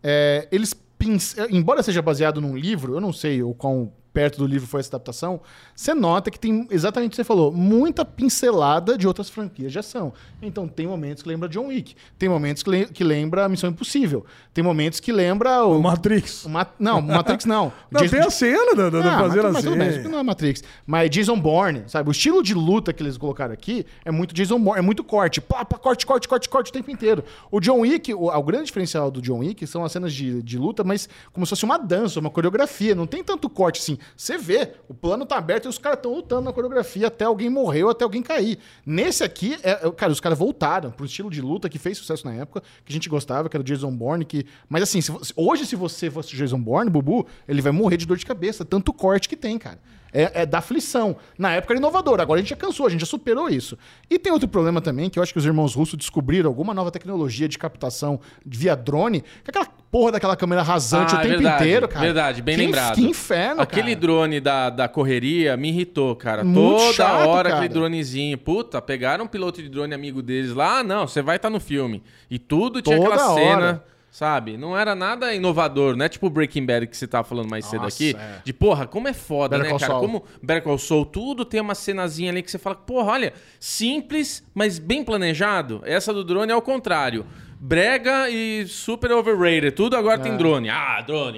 Embora seja baseado num livro, eu não sei o quão perto do livro foi essa adaptação, você nota que tem exatamente o que você falou, muita pincelada de outras franquias de ação. Então tem momentos que lembra John Wick, tem momentos que lembra Missão Impossível, tem momentos que lembra O Matrix. Não, Matrix não. Não, tem a cena do fazendo mas assim. tudo bem, isso não é Matrix. Mas Jason Bourne, sabe? O estilo de luta que eles colocaram aqui é muito Jason Bourne, é muito corte. Pá, corte o tempo inteiro. O John Wick, o grande diferencial do John Wick são as cenas de luta, mas como se fosse uma dança, uma coreografia. Não tem tanto corte assim. Você vê, o plano tá aberto e os caras estão lutando na coreografia até alguém morrer ou até alguém cair. Nesse aqui, cara, os caras voltaram pro estilo de luta que fez sucesso na época, que a gente gostava, que era o Jason Bourne, mas assim, hoje se você fosse o Jason Bourne, Bubu, ele vai morrer de dor de cabeça, tanto corte que tem, cara. É da aflição. Na época era inovador, agora a gente já cansou, a gente já superou isso. E tem outro problema também, que eu acho que os irmãos russos descobriram alguma nova tecnologia de captação via drone, que é aquela porra daquela câmera rasante o tempo inteiro, cara. Verdade, bem lembrado. Que inferno, Aquele cara. drone da correria me irritou, cara. Muito Toda chato, hora cara. aquele dronezinho. Puta, pegaram um piloto de drone amigo deles lá. Ah, não, você vai estar no filme. E tudo tinha Toda aquela hora. cena... Sabe? Não era nada inovador, não é tipo o Breaking Bad que você tava falando mais cedo Nossa, aqui. é. De porra, como é foda, Better né, Call cara? Saul. Como Better Call Saul, tudo tem uma cenazinha ali que você fala, porra, olha, simples, mas bem planejado. Essa do drone é ao contrário. Brega e super overrated. Tudo agora tem drone. Ah, drone.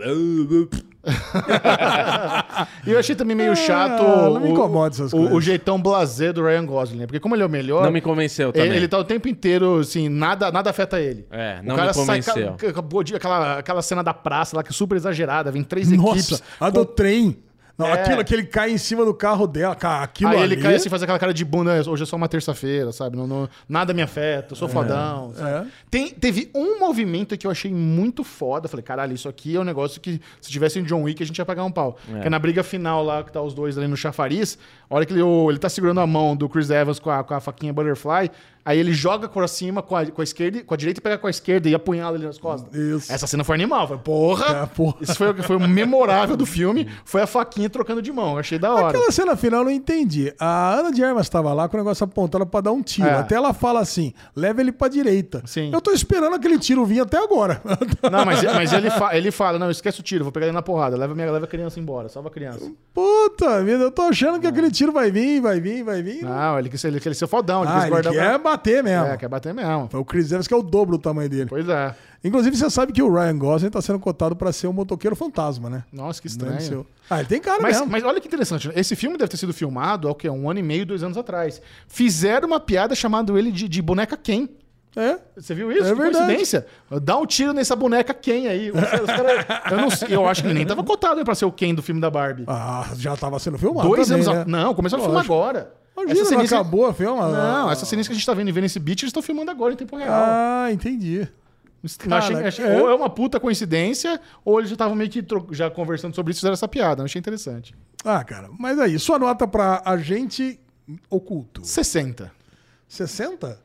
E eu achei também meio chato não me incomoda essas coisas. o jeitão blasé do Ryan Gosling, né? Porque como ele é o melhor... Não me convenceu também. Ele tá o tempo inteiro, assim, nada afeta ele. É, O não cara me convenceu. Acabou aquela cena da praça lá, que é super exagerada, vem 3 Nossa, equipes. a do trem. Não, aquilo que ele cai em cima do carro dela, aquilo Aí ali... ele cai assim, faz aquela cara de bunda, hoje é só uma terça-feira, sabe? Nada me afeta, eu sou fodão. Sabe? Teve um movimento que eu achei muito foda. Eu falei, caralho, isso aqui é um negócio que se tivesse em John Wick a gente ia pagar um pau. Que é na briga final lá, que tá os dois ali no chafariz, a hora que ele tá segurando a mão do Chris Evans com a faquinha Butterfly, aí ele joga por cima com a esquerda, com a direita e pega com a esquerda e apunhala ele nas costas. Isso. Essa cena foi animal. Foi, porra! Isso foi o memorável do filme. Foi a faquinha trocando de mão. Eu achei da hora. Aquela cena final eu não entendi. A Ana de Armas estava lá com o negócio apontado pra dar um tiro. Até ela fala assim, leva ele pra direita. Sim. Eu tô esperando aquele tiro vir até agora. Não, mas ele fala, não, esquece o tiro, vou pegar ele na porrada. Leva a criança embora, salva a criança. Puta vida, eu tô achando que aquele tiro vai vir. Não, ele quer ser fodão. Ele quer bater mesmo. Quer bater mesmo. O Chris Evans que é o dobro do tamanho dele. Pois é. Inclusive, você sabe que o Ryan Gosling tá sendo cotado pra ser um motoqueiro fantasma, né? Nossa, que estranho. Ele tem cara mesmo. Mas olha que interessante. Esse filme deve ter sido filmado há 1 ano e meio, 2 anos atrás. Fizeram uma piada chamando ele de boneca Ken. Você viu isso? É verdade. Coincidência? Dá um tiro nessa boneca Ken aí. Eu acho que ele nem tava cotado pra ser o Ken do filme da Barbie. Já tava sendo filmado 2 também, anos né? Não, começou a filmar agora. Imagina, não acabou a filme? Não, essa cena que a gente tá vendo em Venice Beach, eles estão filmando agora em tempo real. Entendi. Ou é uma puta coincidência, ou eles já estavam meio que já conversando sobre isso e fizeram essa piada. Eu achei interessante. Cara, mas aí, sua nota pra Agente Oculto? 60. 60?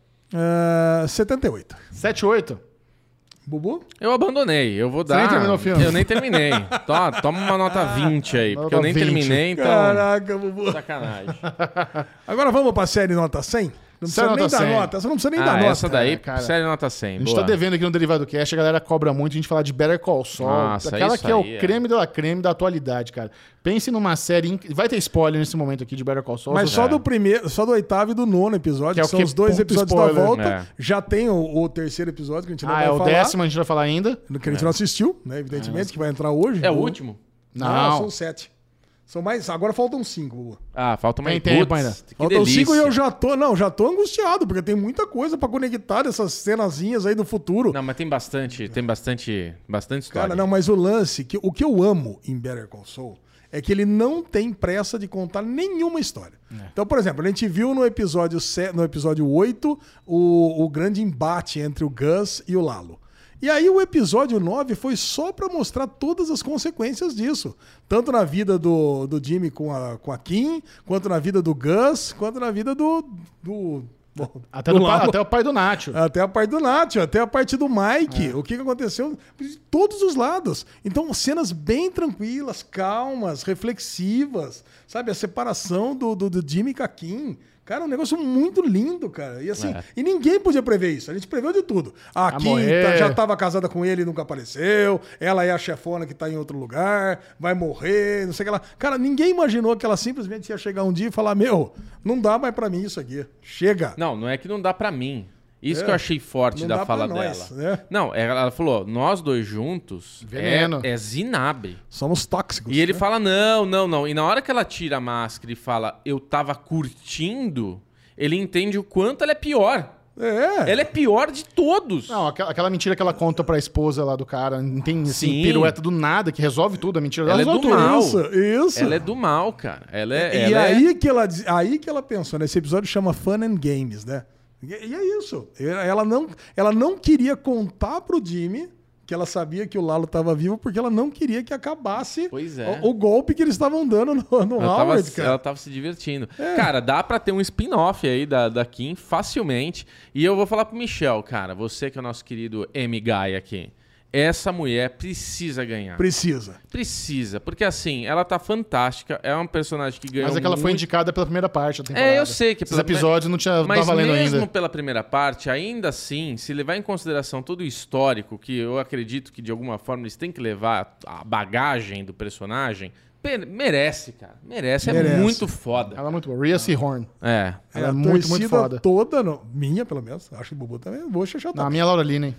78. 78? Bubu? Eu abandonei. Eu vou dar. Você nem terminou o filme? Eu nem terminei. Toma uma nota 20 aí, porque eu nem 20. terminei, então. Caraca, Bubu. Sacanagem. Agora vamos pra série nota 100? Não precisa nem dar nota. Essa não precisa nem dar nota. Essa daí, cara. série nota 100. A gente tá devendo aqui no Derivado Cast, a galera cobra muito a gente falar de Better Call Saul. Nossa, aquela isso que é o aí, creme da creme da atualidade, cara. Pense numa série... Vai ter spoiler nesse momento aqui de Better Call Saul. Mas só do 8º e do 9º episódio, que são os 2 episódios da volta. Já tem o 3º episódio que a gente não vai falar. É o 10º, a gente vai falar ainda. Que a gente não assistiu, né? Evidentemente, que vai entrar hoje. É o último? Não, são 7. São mais. Agora faltam 5, Bubu. Falta mais tempo ainda. Faltam 5 e eu já tô angustiado, porque tem muita coisa pra conectar dessas cenazinhas aí do futuro. Não, mas tem bastante história. Cara, não, mas o lance, o que eu amo em Better Call Saul é que ele não tem pressa de contar nenhuma história. Então, por exemplo, a gente viu no episódio 8 o grande embate entre o Gus e o Lalo. E aí o episódio 9 foi só pra mostrar todas as consequências disso. Tanto na vida do Jimmy com a Kim, quanto na vida do Gus, quanto na vida até o pai do Nacho. Até a parte do Nacho, até a parte do Mike. O que aconteceu de todos os lados. Então, cenas bem tranquilas, calmas, reflexivas. Sabe, a separação do Jimmy com a Kim. Cara, um negócio muito lindo, cara. E assim, e ninguém podia prever isso. A gente preveu de tudo. A Kim já estava casada com ele e nunca apareceu. Ela é a chefona que tá em outro lugar, vai morrer, não sei o que lá. Cara, ninguém imaginou que ela simplesmente ia chegar um dia e falar: Meu, não dá mais pra mim isso aqui. Chega. Não é que não dá pra mim. Isso que eu achei forte da fala dela. Não, ela falou, nós dois juntos é zinabre. Somos tóxicos. E ele fala, não. E na hora que ela tira a máscara e fala, eu tava curtindo, ele entende o quanto ela é pior. Ela é pior de todos. Não, aquela mentira que ela conta pra esposa lá do cara, não tem assim, pirueta do nada, que resolve tudo, a mentira dela. Ela é do mal. Isso. Ela é do mal, cara. Aí que ela pensou, né? Esse episódio chama Fun and Games, né? E é isso. Ela não queria contar pro Jimmy que ela sabia que o Lalo estava vivo porque ela não queria que acabasse o golpe que eles estavam dando no Howard, cara. Ela tava se divertindo. Cara, dá pra ter um spin-off aí da Kim facilmente. E eu vou falar pro Michel, cara, você que é o nosso querido M-Guy aqui. Essa mulher precisa ganhar. Precisa. Porque assim, ela tá fantástica. É uma personagem que ganhou. Mas é que ela foi indicada pela primeira parte da temporada. Eu sei que esses episódios não tinha mas valendo ainda. Mas mesmo pela primeira parte, ainda assim, se levar em consideração todo o histórico, que eu acredito que de alguma forma eles têm que levar a bagagem do personagem, merece, cara. Merece. É muito foda. Ela é muito boa. Rhea Seehorn. Ela é muito foda. Toda, minha pelo menos. Acho que o Bubu também. Vou chutar. A minha Laura Linney.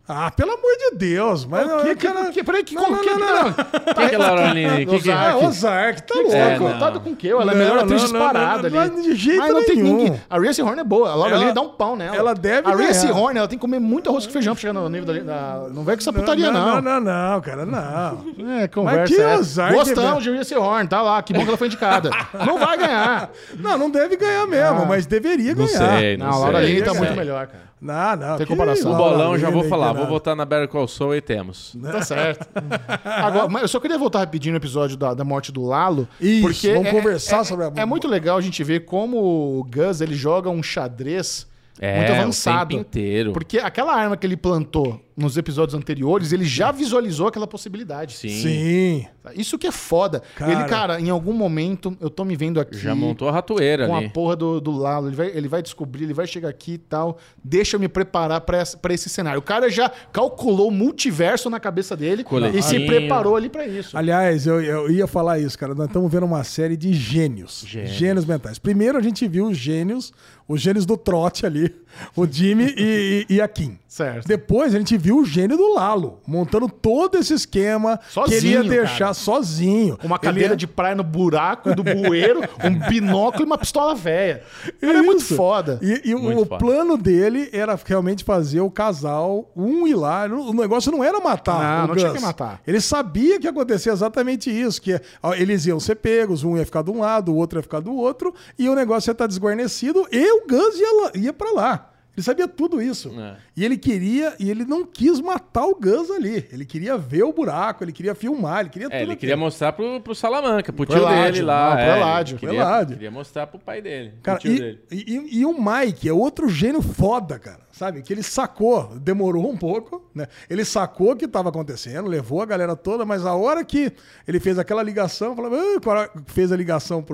Ah, pelo amor de Deus. Mas Peraí, que Que é Laura Linney? Que é? Ah, Ozark, tá louco. Tá contado com o quê? Ela é a melhor atriz disparada ali. De jeito Mas não tem nenhum. ninguém. A Reese Horn é boa. A Laura Linney dá um pau nela. ela deve A Reese ganhar. Horn, ela tem que comer muito arroz com feijão pra chegar no nível da... Não vem com essa putaria, não. Não, cara, não. É, conversa. Mas que é. Ozark, Gostamos de Reese Horn, tá lá. Que bom que ela foi indicada. Não vai ganhar. Não deve ganhar mesmo, mas deveria Não ganhar. sei, Não, a Laura sei. Linney tá É. muito melhor, cara. Não. Tem comparação. O Laura bolão, já vou Linney, falar. que Vou nada. votar na Better Call Saul e temos. Tá certo. Agora, mas eu só queria voltar rapidinho no episódio da morte do Lalo. Isso, porque vamos conversar sobre a... É muito legal a gente ver como o Gus ele joga um xadrez É, muito o avançado. tempo inteiro. Porque aquela arma que ele plantou nos episódios anteriores, ele já visualizou aquela possibilidade. Sim. Isso que é foda. Cara. Em algum momento, eu tô me vendo aqui Já montou a ratoeira com ali. a porra do Lalo. Ele vai descobrir, ele vai chegar aqui e tal. Deixa eu me preparar pra esse cenário. O cara já calculou o multiverso na cabeça dele Coletinho. e se preparou ali pra isso. Aliás, eu ia falar isso, cara. Nós estamos vendo uma série de gênios. Gênios mentais. Primeiro a gente viu os gênios do trote ali. O Jimmy e a Kim. Certo. Depois a gente viu o gênio do Lalo, montando todo esse esquema. Sozinho, Queria deixar cara. sozinho. Com uma cadeira de praia no buraco do bueiro, um binóculo e uma pistola velha. Ele é muito Isso. foda. E Muito o foda. plano dele era realmente fazer o casal ir lá. O negócio não era matar Não, o não tinha Gus. que matar. Ele sabia que ia acontecer exatamente isso, que eles iam ser pegos, um ia ficar de um lado, o outro ia ficar do outro, e o negócio ia estar desguarnecido e o Gus ia pra lá. Ele sabia tudo isso. É. E ele não quis matar o Gus ali. Ele queria ver o buraco, ele queria filmar, ele queria tudo Ele aquilo. queria mostrar pro Salamanca, pro Pro tio Eládio, dele lá. não, pro Eládio. Ele Pro Eládio. queria mostrar pro pai dele, Cara, pro tio dele. e o Mike é outro gênio foda, cara. Sabe? Que ele sacou, demorou um pouco, né? Ele sacou o que estava acontecendo, levou a galera toda, mas a hora que ele fez aquela ligação, fez a ligação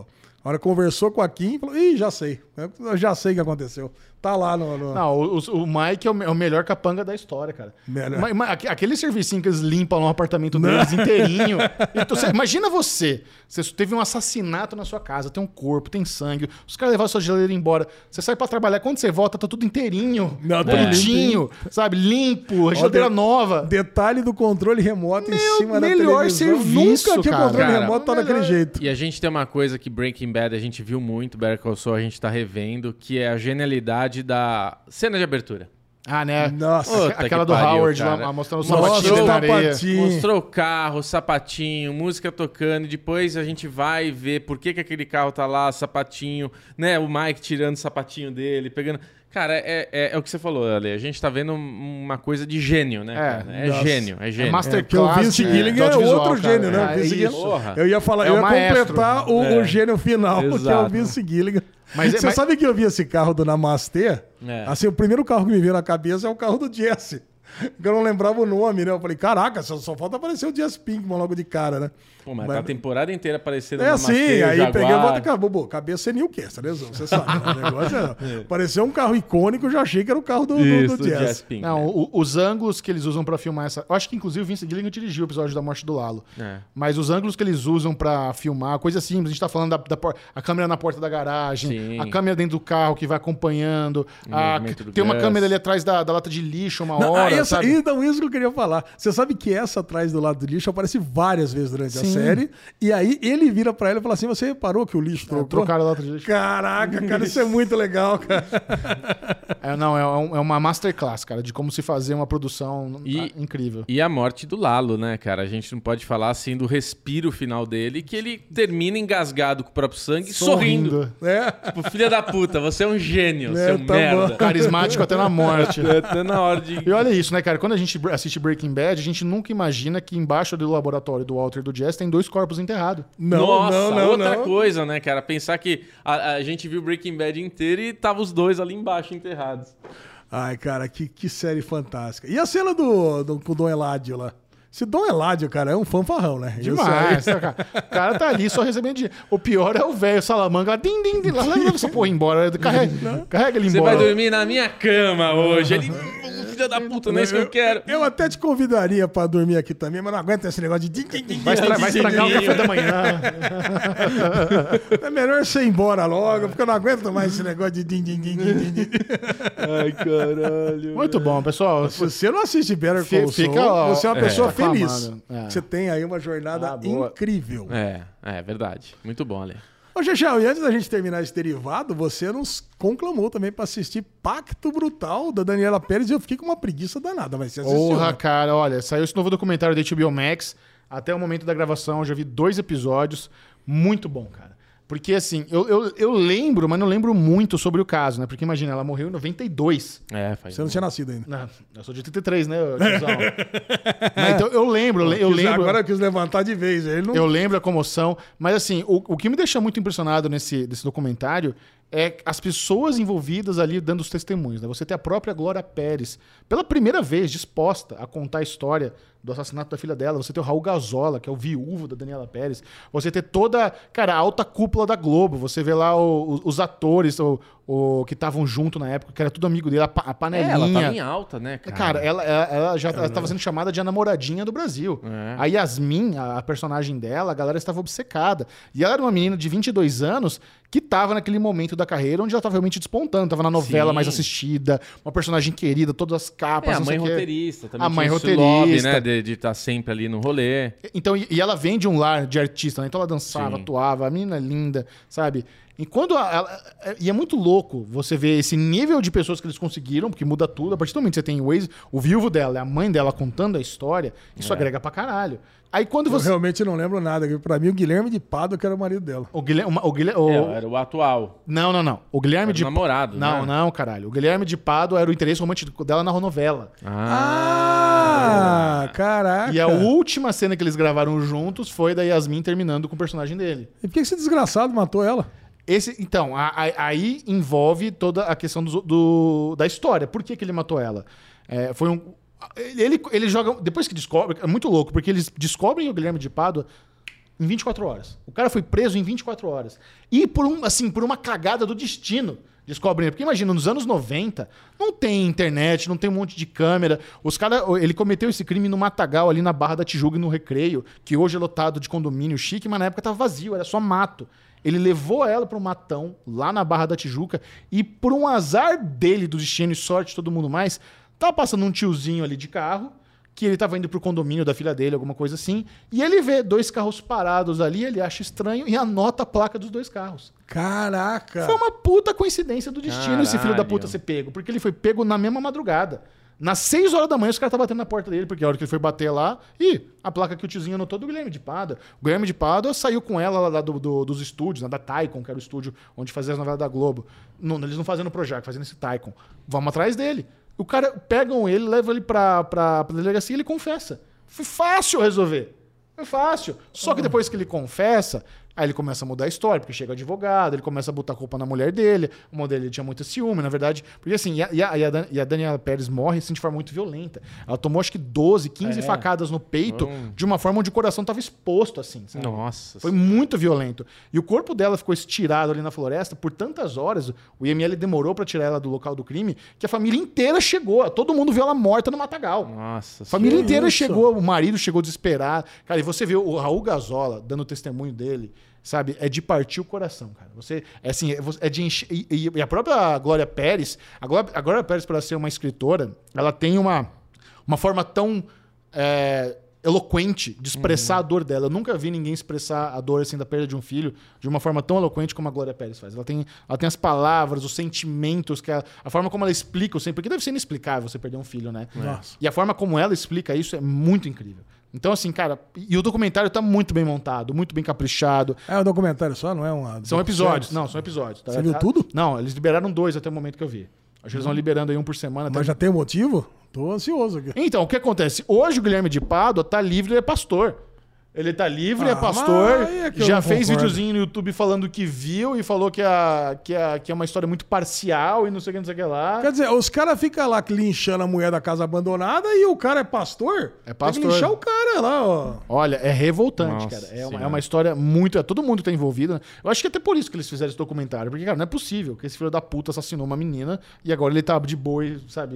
a hora que conversou com a Kim, falou, já sei. Eu já sei o que aconteceu. Tá lá no... Não, o Mike é o melhor capanga da história, cara. Melhor. Aquele servicinho que eles limpam no apartamento deles inteirinho. Então, imagina você teve um assassinato na sua casa, tem um corpo, tem sangue, os caras levaram sua geladeira embora. Você sai pra trabalhar, quando você volta, tá tudo inteirinho, Não, tá bonitinho, sabe? Limpo, a geladeira nova. Detalhe do controle remoto em cima da melhor televisão. serviço, Nunca que o cara. controle Cara, remoto tá daquele jeito. E a gente tem uma coisa que Breaking Bad a gente viu muito, Better Call Saul a gente tá revendo, que é a genialidade da cena de abertura. Ah, né? Nossa. Puta Aquela que do pariu, Howard cara. lá mostrando o Nossa, sapatinho na areia. sapatinho. Mostrou o carro, sapatinho, música tocando, e depois a gente vai ver por que aquele carro tá lá, sapatinho, né? O Mike tirando o sapatinho dele, pegando... Cara, é o que você falou, Ale. A gente tá vendo uma coisa de gênio, né? cara? É nossa. gênio, é gênio. Porque o Vince Gilligan de é audiovisual, outro cara. gênio, né? O Vince isso. Gilligan. Porra. Eu ia falar, É eu o ia maestro. completar o gênio final, que é o Exato. Vince Gilligan. Mas- Você mas- sabe que eu vi esse carro do Namastê? É. Assim, o primeiro carro que me veio na cabeça é o carro do Jesse. Que eu não lembrava o nome, né? Eu falei, caraca, só falta aparecer o Jesse Pinkman logo de cara, né? Pô, mas tá a temporada inteira aparecendo É assim, Namastê, aí Jaguar. peguei a volta e acabou. Cabeça é Newcastle, né? Você sabe. Né? O negócio pareceu um carro icônico, eu já achei que era o carro do Isso, do Jesse. Jesse Pinkman. Não, os ângulos que eles usam pra filmar essa... Eu acho que, inclusive, o Vince Gilligan dirigiu o episódio da morte do Lalo. É. Mas os ângulos que eles usam pra filmar, coisa simples. A gente tá falando a câmera na porta da garagem, Sim. a câmera dentro do carro que vai acompanhando. movimento do Tem uma Gus. câmera ali atrás da lata de lixo uma Não, hora, sabe? Então, isso que eu queria falar. Você sabe que essa atrás do lado do lixo aparece várias vezes durante a Sim. série. E aí ele vira pra ela e fala assim: você reparou que o lixo trocou? Trocaram a lata de lixo. Caraca, cara, isso é muito legal, cara. É uma masterclass, cara, de como se fazer uma produção E- incrível. E a morte do Lalo, né, cara? A gente não pode falar assim do respiro final dele, que ele termina engasgado com o próprio sangue, sorrindo. É. Tipo, filha da puta, você é um gênio, você é um tá merda. bom. Carismático até na morte. Tá na hora de... E olha isso, né, cara? Quando a gente assiste Breaking Bad, a gente nunca imagina que embaixo do laboratório do Walter e do Jesse tem 2 corpos enterrados. Nossa, outra coisa, né, cara? Pensar que a gente viu Breaking Bad inteiro e tava os dois ali embaixo enterrados. Ai, cara, que série fantástica. E a cena com o Dom Eladio lá? Esse Dom Eladio, cara, é um fanfarrão, né? Demais, Isso aí- cara. O cara tá ali só recebendo dinheiro. O pior é o velho Salamanca lá, din, din, din, lá, leva essa porra embora. Carrega ele Você embora. vai dormir na minha cama hoje. Ele filha da puta, não é isso que eu quero. Eu até te convidaria pra dormir aqui também, mas não aguento esse negócio de... Vai estragar o café da manhã. É melhor você ir embora logo, porque eu não aguento mais esse negócio de din-din-din-din-din. Ai, caralho. Muito bom, pessoal. Se você não assiste Better Call Saul, ó, você é uma pessoa feliz. reclamando. É. Você tem aí uma jornada boa. incrível. É verdade. Muito bom, Ale. Ô, Chechão, e antes da gente terminar esse derivado, você nos conclamou também pra assistir Pacto Brutal, da Daniela Pérez, e eu fiquei com uma preguiça danada, mas você assistiu, Porra, né? cara, olha, saiu esse novo documentário da HBO Max. Até o momento da gravação, eu já vi 2 episódios. Muito bom, cara. Porque, assim, eu lembro, mas não lembro muito sobre o caso, né? Porque, imagina, ela morreu em 92. Faz Você não tinha nascido ainda. Não, eu sou de 83, né, tiozão? Mas, então, eu lembro. Agora eu quis levantar de vez. Ele não... Eu lembro a comoção. Mas, assim, o que me deixa muito impressionado desse documentário é as pessoas envolvidas ali dando os testemunhos, né? Você tem a própria Glória Pérez, pela primeira vez, disposta a contar a história do assassinato da filha dela. Você tem o Raul Gazola, que é o viúvo da Daniela Pérez. Você tem toda, cara, a alta cúpula da Globo. Você vê lá os atores que estavam junto na época, que era tudo amigo dele, a Panelinha. Ela tava em alta, né, cara? Cara, ela já estava sendo chamada de a namoradinha do Brasil. A Yasmin, a personagem dela, a galera estava obcecada. E ela era uma menina de 22 anos que estava naquele momento da carreira onde ela estava realmente despontando. Estava na novela mais assistida, uma personagem querida, todas as capas. A mãe roteirista também. A mãe roteirista. Lobby, né, de estar sempre ali no rolê. Então, e ela vem de um lar de artista, né? Então ela dançava, atuava, a menina linda, sabe? E é muito louco você ver esse nível de pessoas que eles conseguiram, porque muda tudo. A partir do momento que você tem o viúvo dela, a mãe dela contando a história, isso agrega pra caralho. Aí quando você... Eu realmente não lembro nada. Pra mim, o Guilherme de Pádua que era o marido dela. Era o atual. Não. O Guilherme de... namorado, Não, caralho. O Guilherme de Pádua era o interesse romântico dela na novela. Caraca. E a última cena que eles gravaram juntos foi da Yasmin terminando com o personagem dele. E por que esse desgraçado matou ela? Então, aí envolve toda a questão da história. Por que ele matou ela? Foi um... Ele joga... Depois que descobre... É muito louco, porque eles descobrem o Guilherme de Pádua em 24 horas. O cara foi preso em 24 horas. E por uma cagada do destino, descobrem. Porque imagina, nos anos 90, não tem internet, não tem um monte de câmera. Ele cometeu esse crime no Matagal, ali na Barra da Tijuca, no Recreio, que hoje é lotado de condomínio chique, mas na época estava vazio, era só mato. Ele levou ela para um matão, lá na Barra da Tijuca, e por um azar dele, do destino e sorte de todo mundo mais, tava passando um tiozinho ali de carro, que ele tava indo pro condomínio da filha dele, alguma coisa assim, e ele vê 2 carros parados ali, ele acha estranho e anota a placa dos 2 carros. Caraca! Foi uma puta coincidência do destino esse filho da puta ser pego, porque ele foi pego na mesma madrugada. Nas 6 horas da manhã, os caras estavam batendo na porta dele, porque a hora que ele foi bater lá, a placa que o tiozinho anotou do Guilherme de Pádua. O Guilherme de Pádua saiu com ela lá dos estúdios, né, da Taikon, que era o estúdio onde fazia as novelas da Globo. Eles não faziam no Projac, fazendo esse Taikon. Vamos atrás dele. O cara, pegam ele, levam ele pra delegacia e ele confessa. Foi fácil resolver. Foi fácil. Só que depois que ele confessa, aí ele começa a mudar a história, porque chega o advogado, ele começa a botar a culpa na mulher dele, a mulher dele tinha muito ciúme, na verdade. Porque assim, e a Daniela Pérez morre assim, de forma muito violenta. Ela tomou acho que 12, 15 facadas no peito, de uma forma onde o coração estava exposto, assim. Sabe? Nossa. Foi muito violento. E o corpo dela ficou estirado ali na floresta por tantas horas, o IML demorou pra tirar ela do local do crime, que a família inteira chegou. Todo mundo viu ela morta no Matagal. Nossa. A família inteira chegou, o marido chegou desesperado. Cara, e você vê o Raul Gazola dando testemunho dele, sabe? É de partir o coração, cara. É de encher. E a própria Glória Pérez, a Glória Pérez, para ser uma escritora, ela tem uma forma tão eloquente de expressar a dor dela. Eu nunca vi ninguém expressar a dor assim, da perda de um filho de uma forma tão eloquente como a Glória Pérez faz. Ela tem as palavras, os sentimentos, a forma como ela explica sempre, porque deve ser inexplicável você perder um filho, né? Nossa. E a forma como ela explica isso é muito incrível. Então, assim, cara, e o documentário tá muito bem montado, muito bem caprichado. É um documentário só, não é uma... São episódios. Não, são episódios. Tá? Você viu tudo? Não, eles liberaram 2 até o momento que eu vi. Acho que eles vão liberando aí 1 por semana. Mas já tem motivo? Tô ansioso aqui. Então, o que acontece? Hoje o Guilherme de Pádua tá livre, ele é pastor. Ele tá livre, é pastor, já fez videozinho no YouTube falando que viu e falou que é uma história muito parcial e não sei o que lá. Quer dizer, os caras ficam lá linchando a mulher da casa abandonada e o cara é pastor? É pastor. Tem que linchar o cara lá, ó. Olha, é revoltante, Nossa, cara. É uma história muito... Todo mundo tá envolvido, né? Eu acho que é até por isso que eles fizeram esse documentário. Porque, cara, não é possível que esse filho da puta assassinou uma menina e agora ele tá de boa, sabe...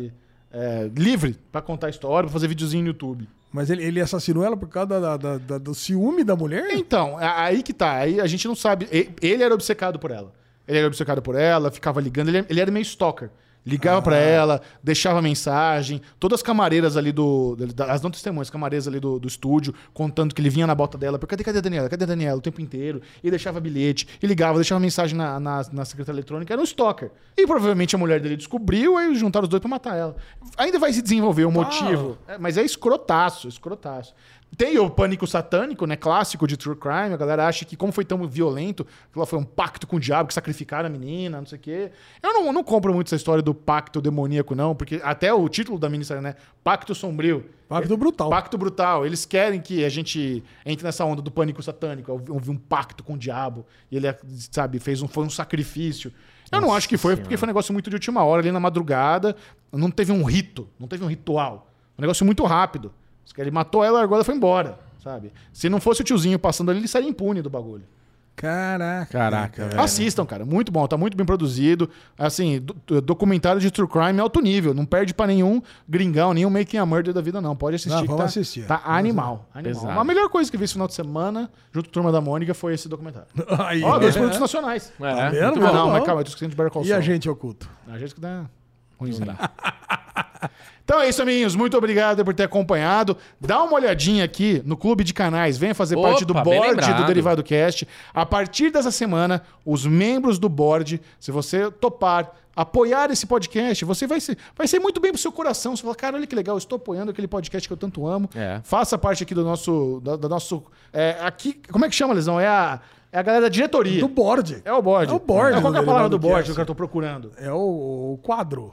livre pra contar a história, pra fazer videozinho no YouTube. Mas ele assassinou ela por causa do ciúme da mulher? Então, aí que tá. Aí a gente não sabe. Ele era obcecado por ela. Ficava ligando. Ele era meio stalker. Ligava pra ela, deixava mensagem. Todas as camareiras ali as não testemunhas, as camareiras ali do estúdio, contando que ele vinha na bota dela. Cadê a Daniela? Cadê a Daniela? O tempo inteiro. E deixava bilhete, e ligava, deixava mensagem na secretária eletrônica. Era um stalker. E provavelmente a mulher dele descobriu, aí juntaram os dois pra matar ela. Ainda vai se desenvolver o motivo. Mas é escrotaço. Tem o Pânico Satânico, né? Clássico de True Crime. A galera acha que, como foi tão violento, foi um pacto com o diabo que sacrificaram a menina, não sei o quê. Eu não compro muito essa história do pacto demoníaco, não, porque até o título da minissérie, né? Pacto Sombrio. Pacto Brutal. Pacto Brutal. Eles querem que a gente entre nessa onda do pânico satânico. Houve um pacto com o diabo. E ele, sabe, foi um sacrifício. Eu não acho que foi, porque foi um negócio muito de última hora, ali na madrugada. Não teve um rito, não teve um ritual. Um negócio muito rápido. Ele matou ela, largou ela e foi embora, sabe? Se não fosse o tiozinho passando ali, ele seria impune do bagulho. Caraca, velho. Assistam, cara. Muito bom, tá muito bem produzido. Assim, documentário de True Crime alto nível. Não perde pra nenhum gringão, nenhum Making a Murder da vida, não. Pode assistir. Vamos assistir. Tá animal. A melhor coisa que eu vi esse final de semana, junto com a Turma da Mônica, foi esse documentário. Ó, 2 produtos nacionais. Tá vendo? Muito bom. Não, mas calma, eu tô esquecendo de Better Call E Saul. a gente oculto? A gente que dá ruimzinho. Então é isso, amiguinhos. Muito obrigado por ter acompanhado. Dá uma olhadinha aqui no Clube de Canais. Venha fazer parte do board do Derivado Cast. A partir dessa semana, os membros do board, se você topar, apoiar esse podcast, você vai ser muito bem pro seu coração. Você fala, cara, olha que legal, eu estou apoiando aquele podcast que eu tanto amo. Faça parte aqui do nosso... aqui, como é que chama, Lesão? É a galera da diretoria. Do board. É o board. É o board. Qual que é a palavra do board que eu tô procurando? É o quadro.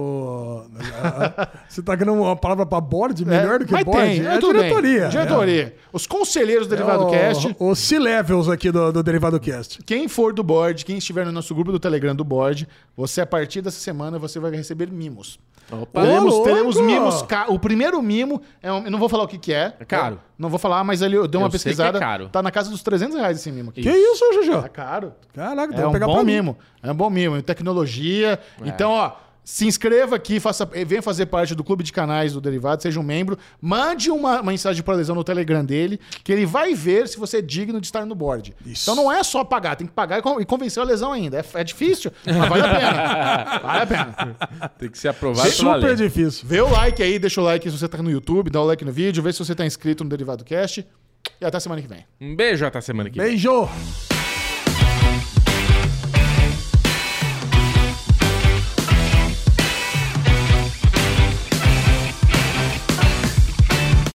Você tá querendo uma palavra pra board melhor do que mas board? Tem, é diretoria. Bem. Diretoria. Os conselheiros do Derivado Cast. Os C-levels aqui do Derivado Cast. Quem for do board, quem estiver no nosso grupo do Telegram do board, você, a partir dessa semana, você vai receber mimos. Opa. Teremos mimos. O primeiro mimo, eu não vou falar o que é. É caro. Não vou falar, mas eu dei uma pesquisada. Sei que é caro. Tá na casa dos R$300 esse mimo aqui. Que isso, Juju? Tá caro. Caraca, É um bom mimo. É um bom mimo. Em tecnologia. Então, ó, se inscreva aqui, venha fazer parte do Clube de Canais do Derivado, seja um membro. Mande uma mensagem para o Lesão no Telegram dele, que ele vai ver se você é digno de estar no board. Isso. Então não é só pagar, tem que pagar e convencer o Lesão ainda. É difícil, mas vale a pena. Vale a pena. Tem que ser aprovado É super difícil. Vê o like aí, deixa o like se você tá no YouTube, dá o like no vídeo, vê se você tá inscrito no Derivado Cast. E até semana que vem. Um beijo, até semana que vem. Beijo!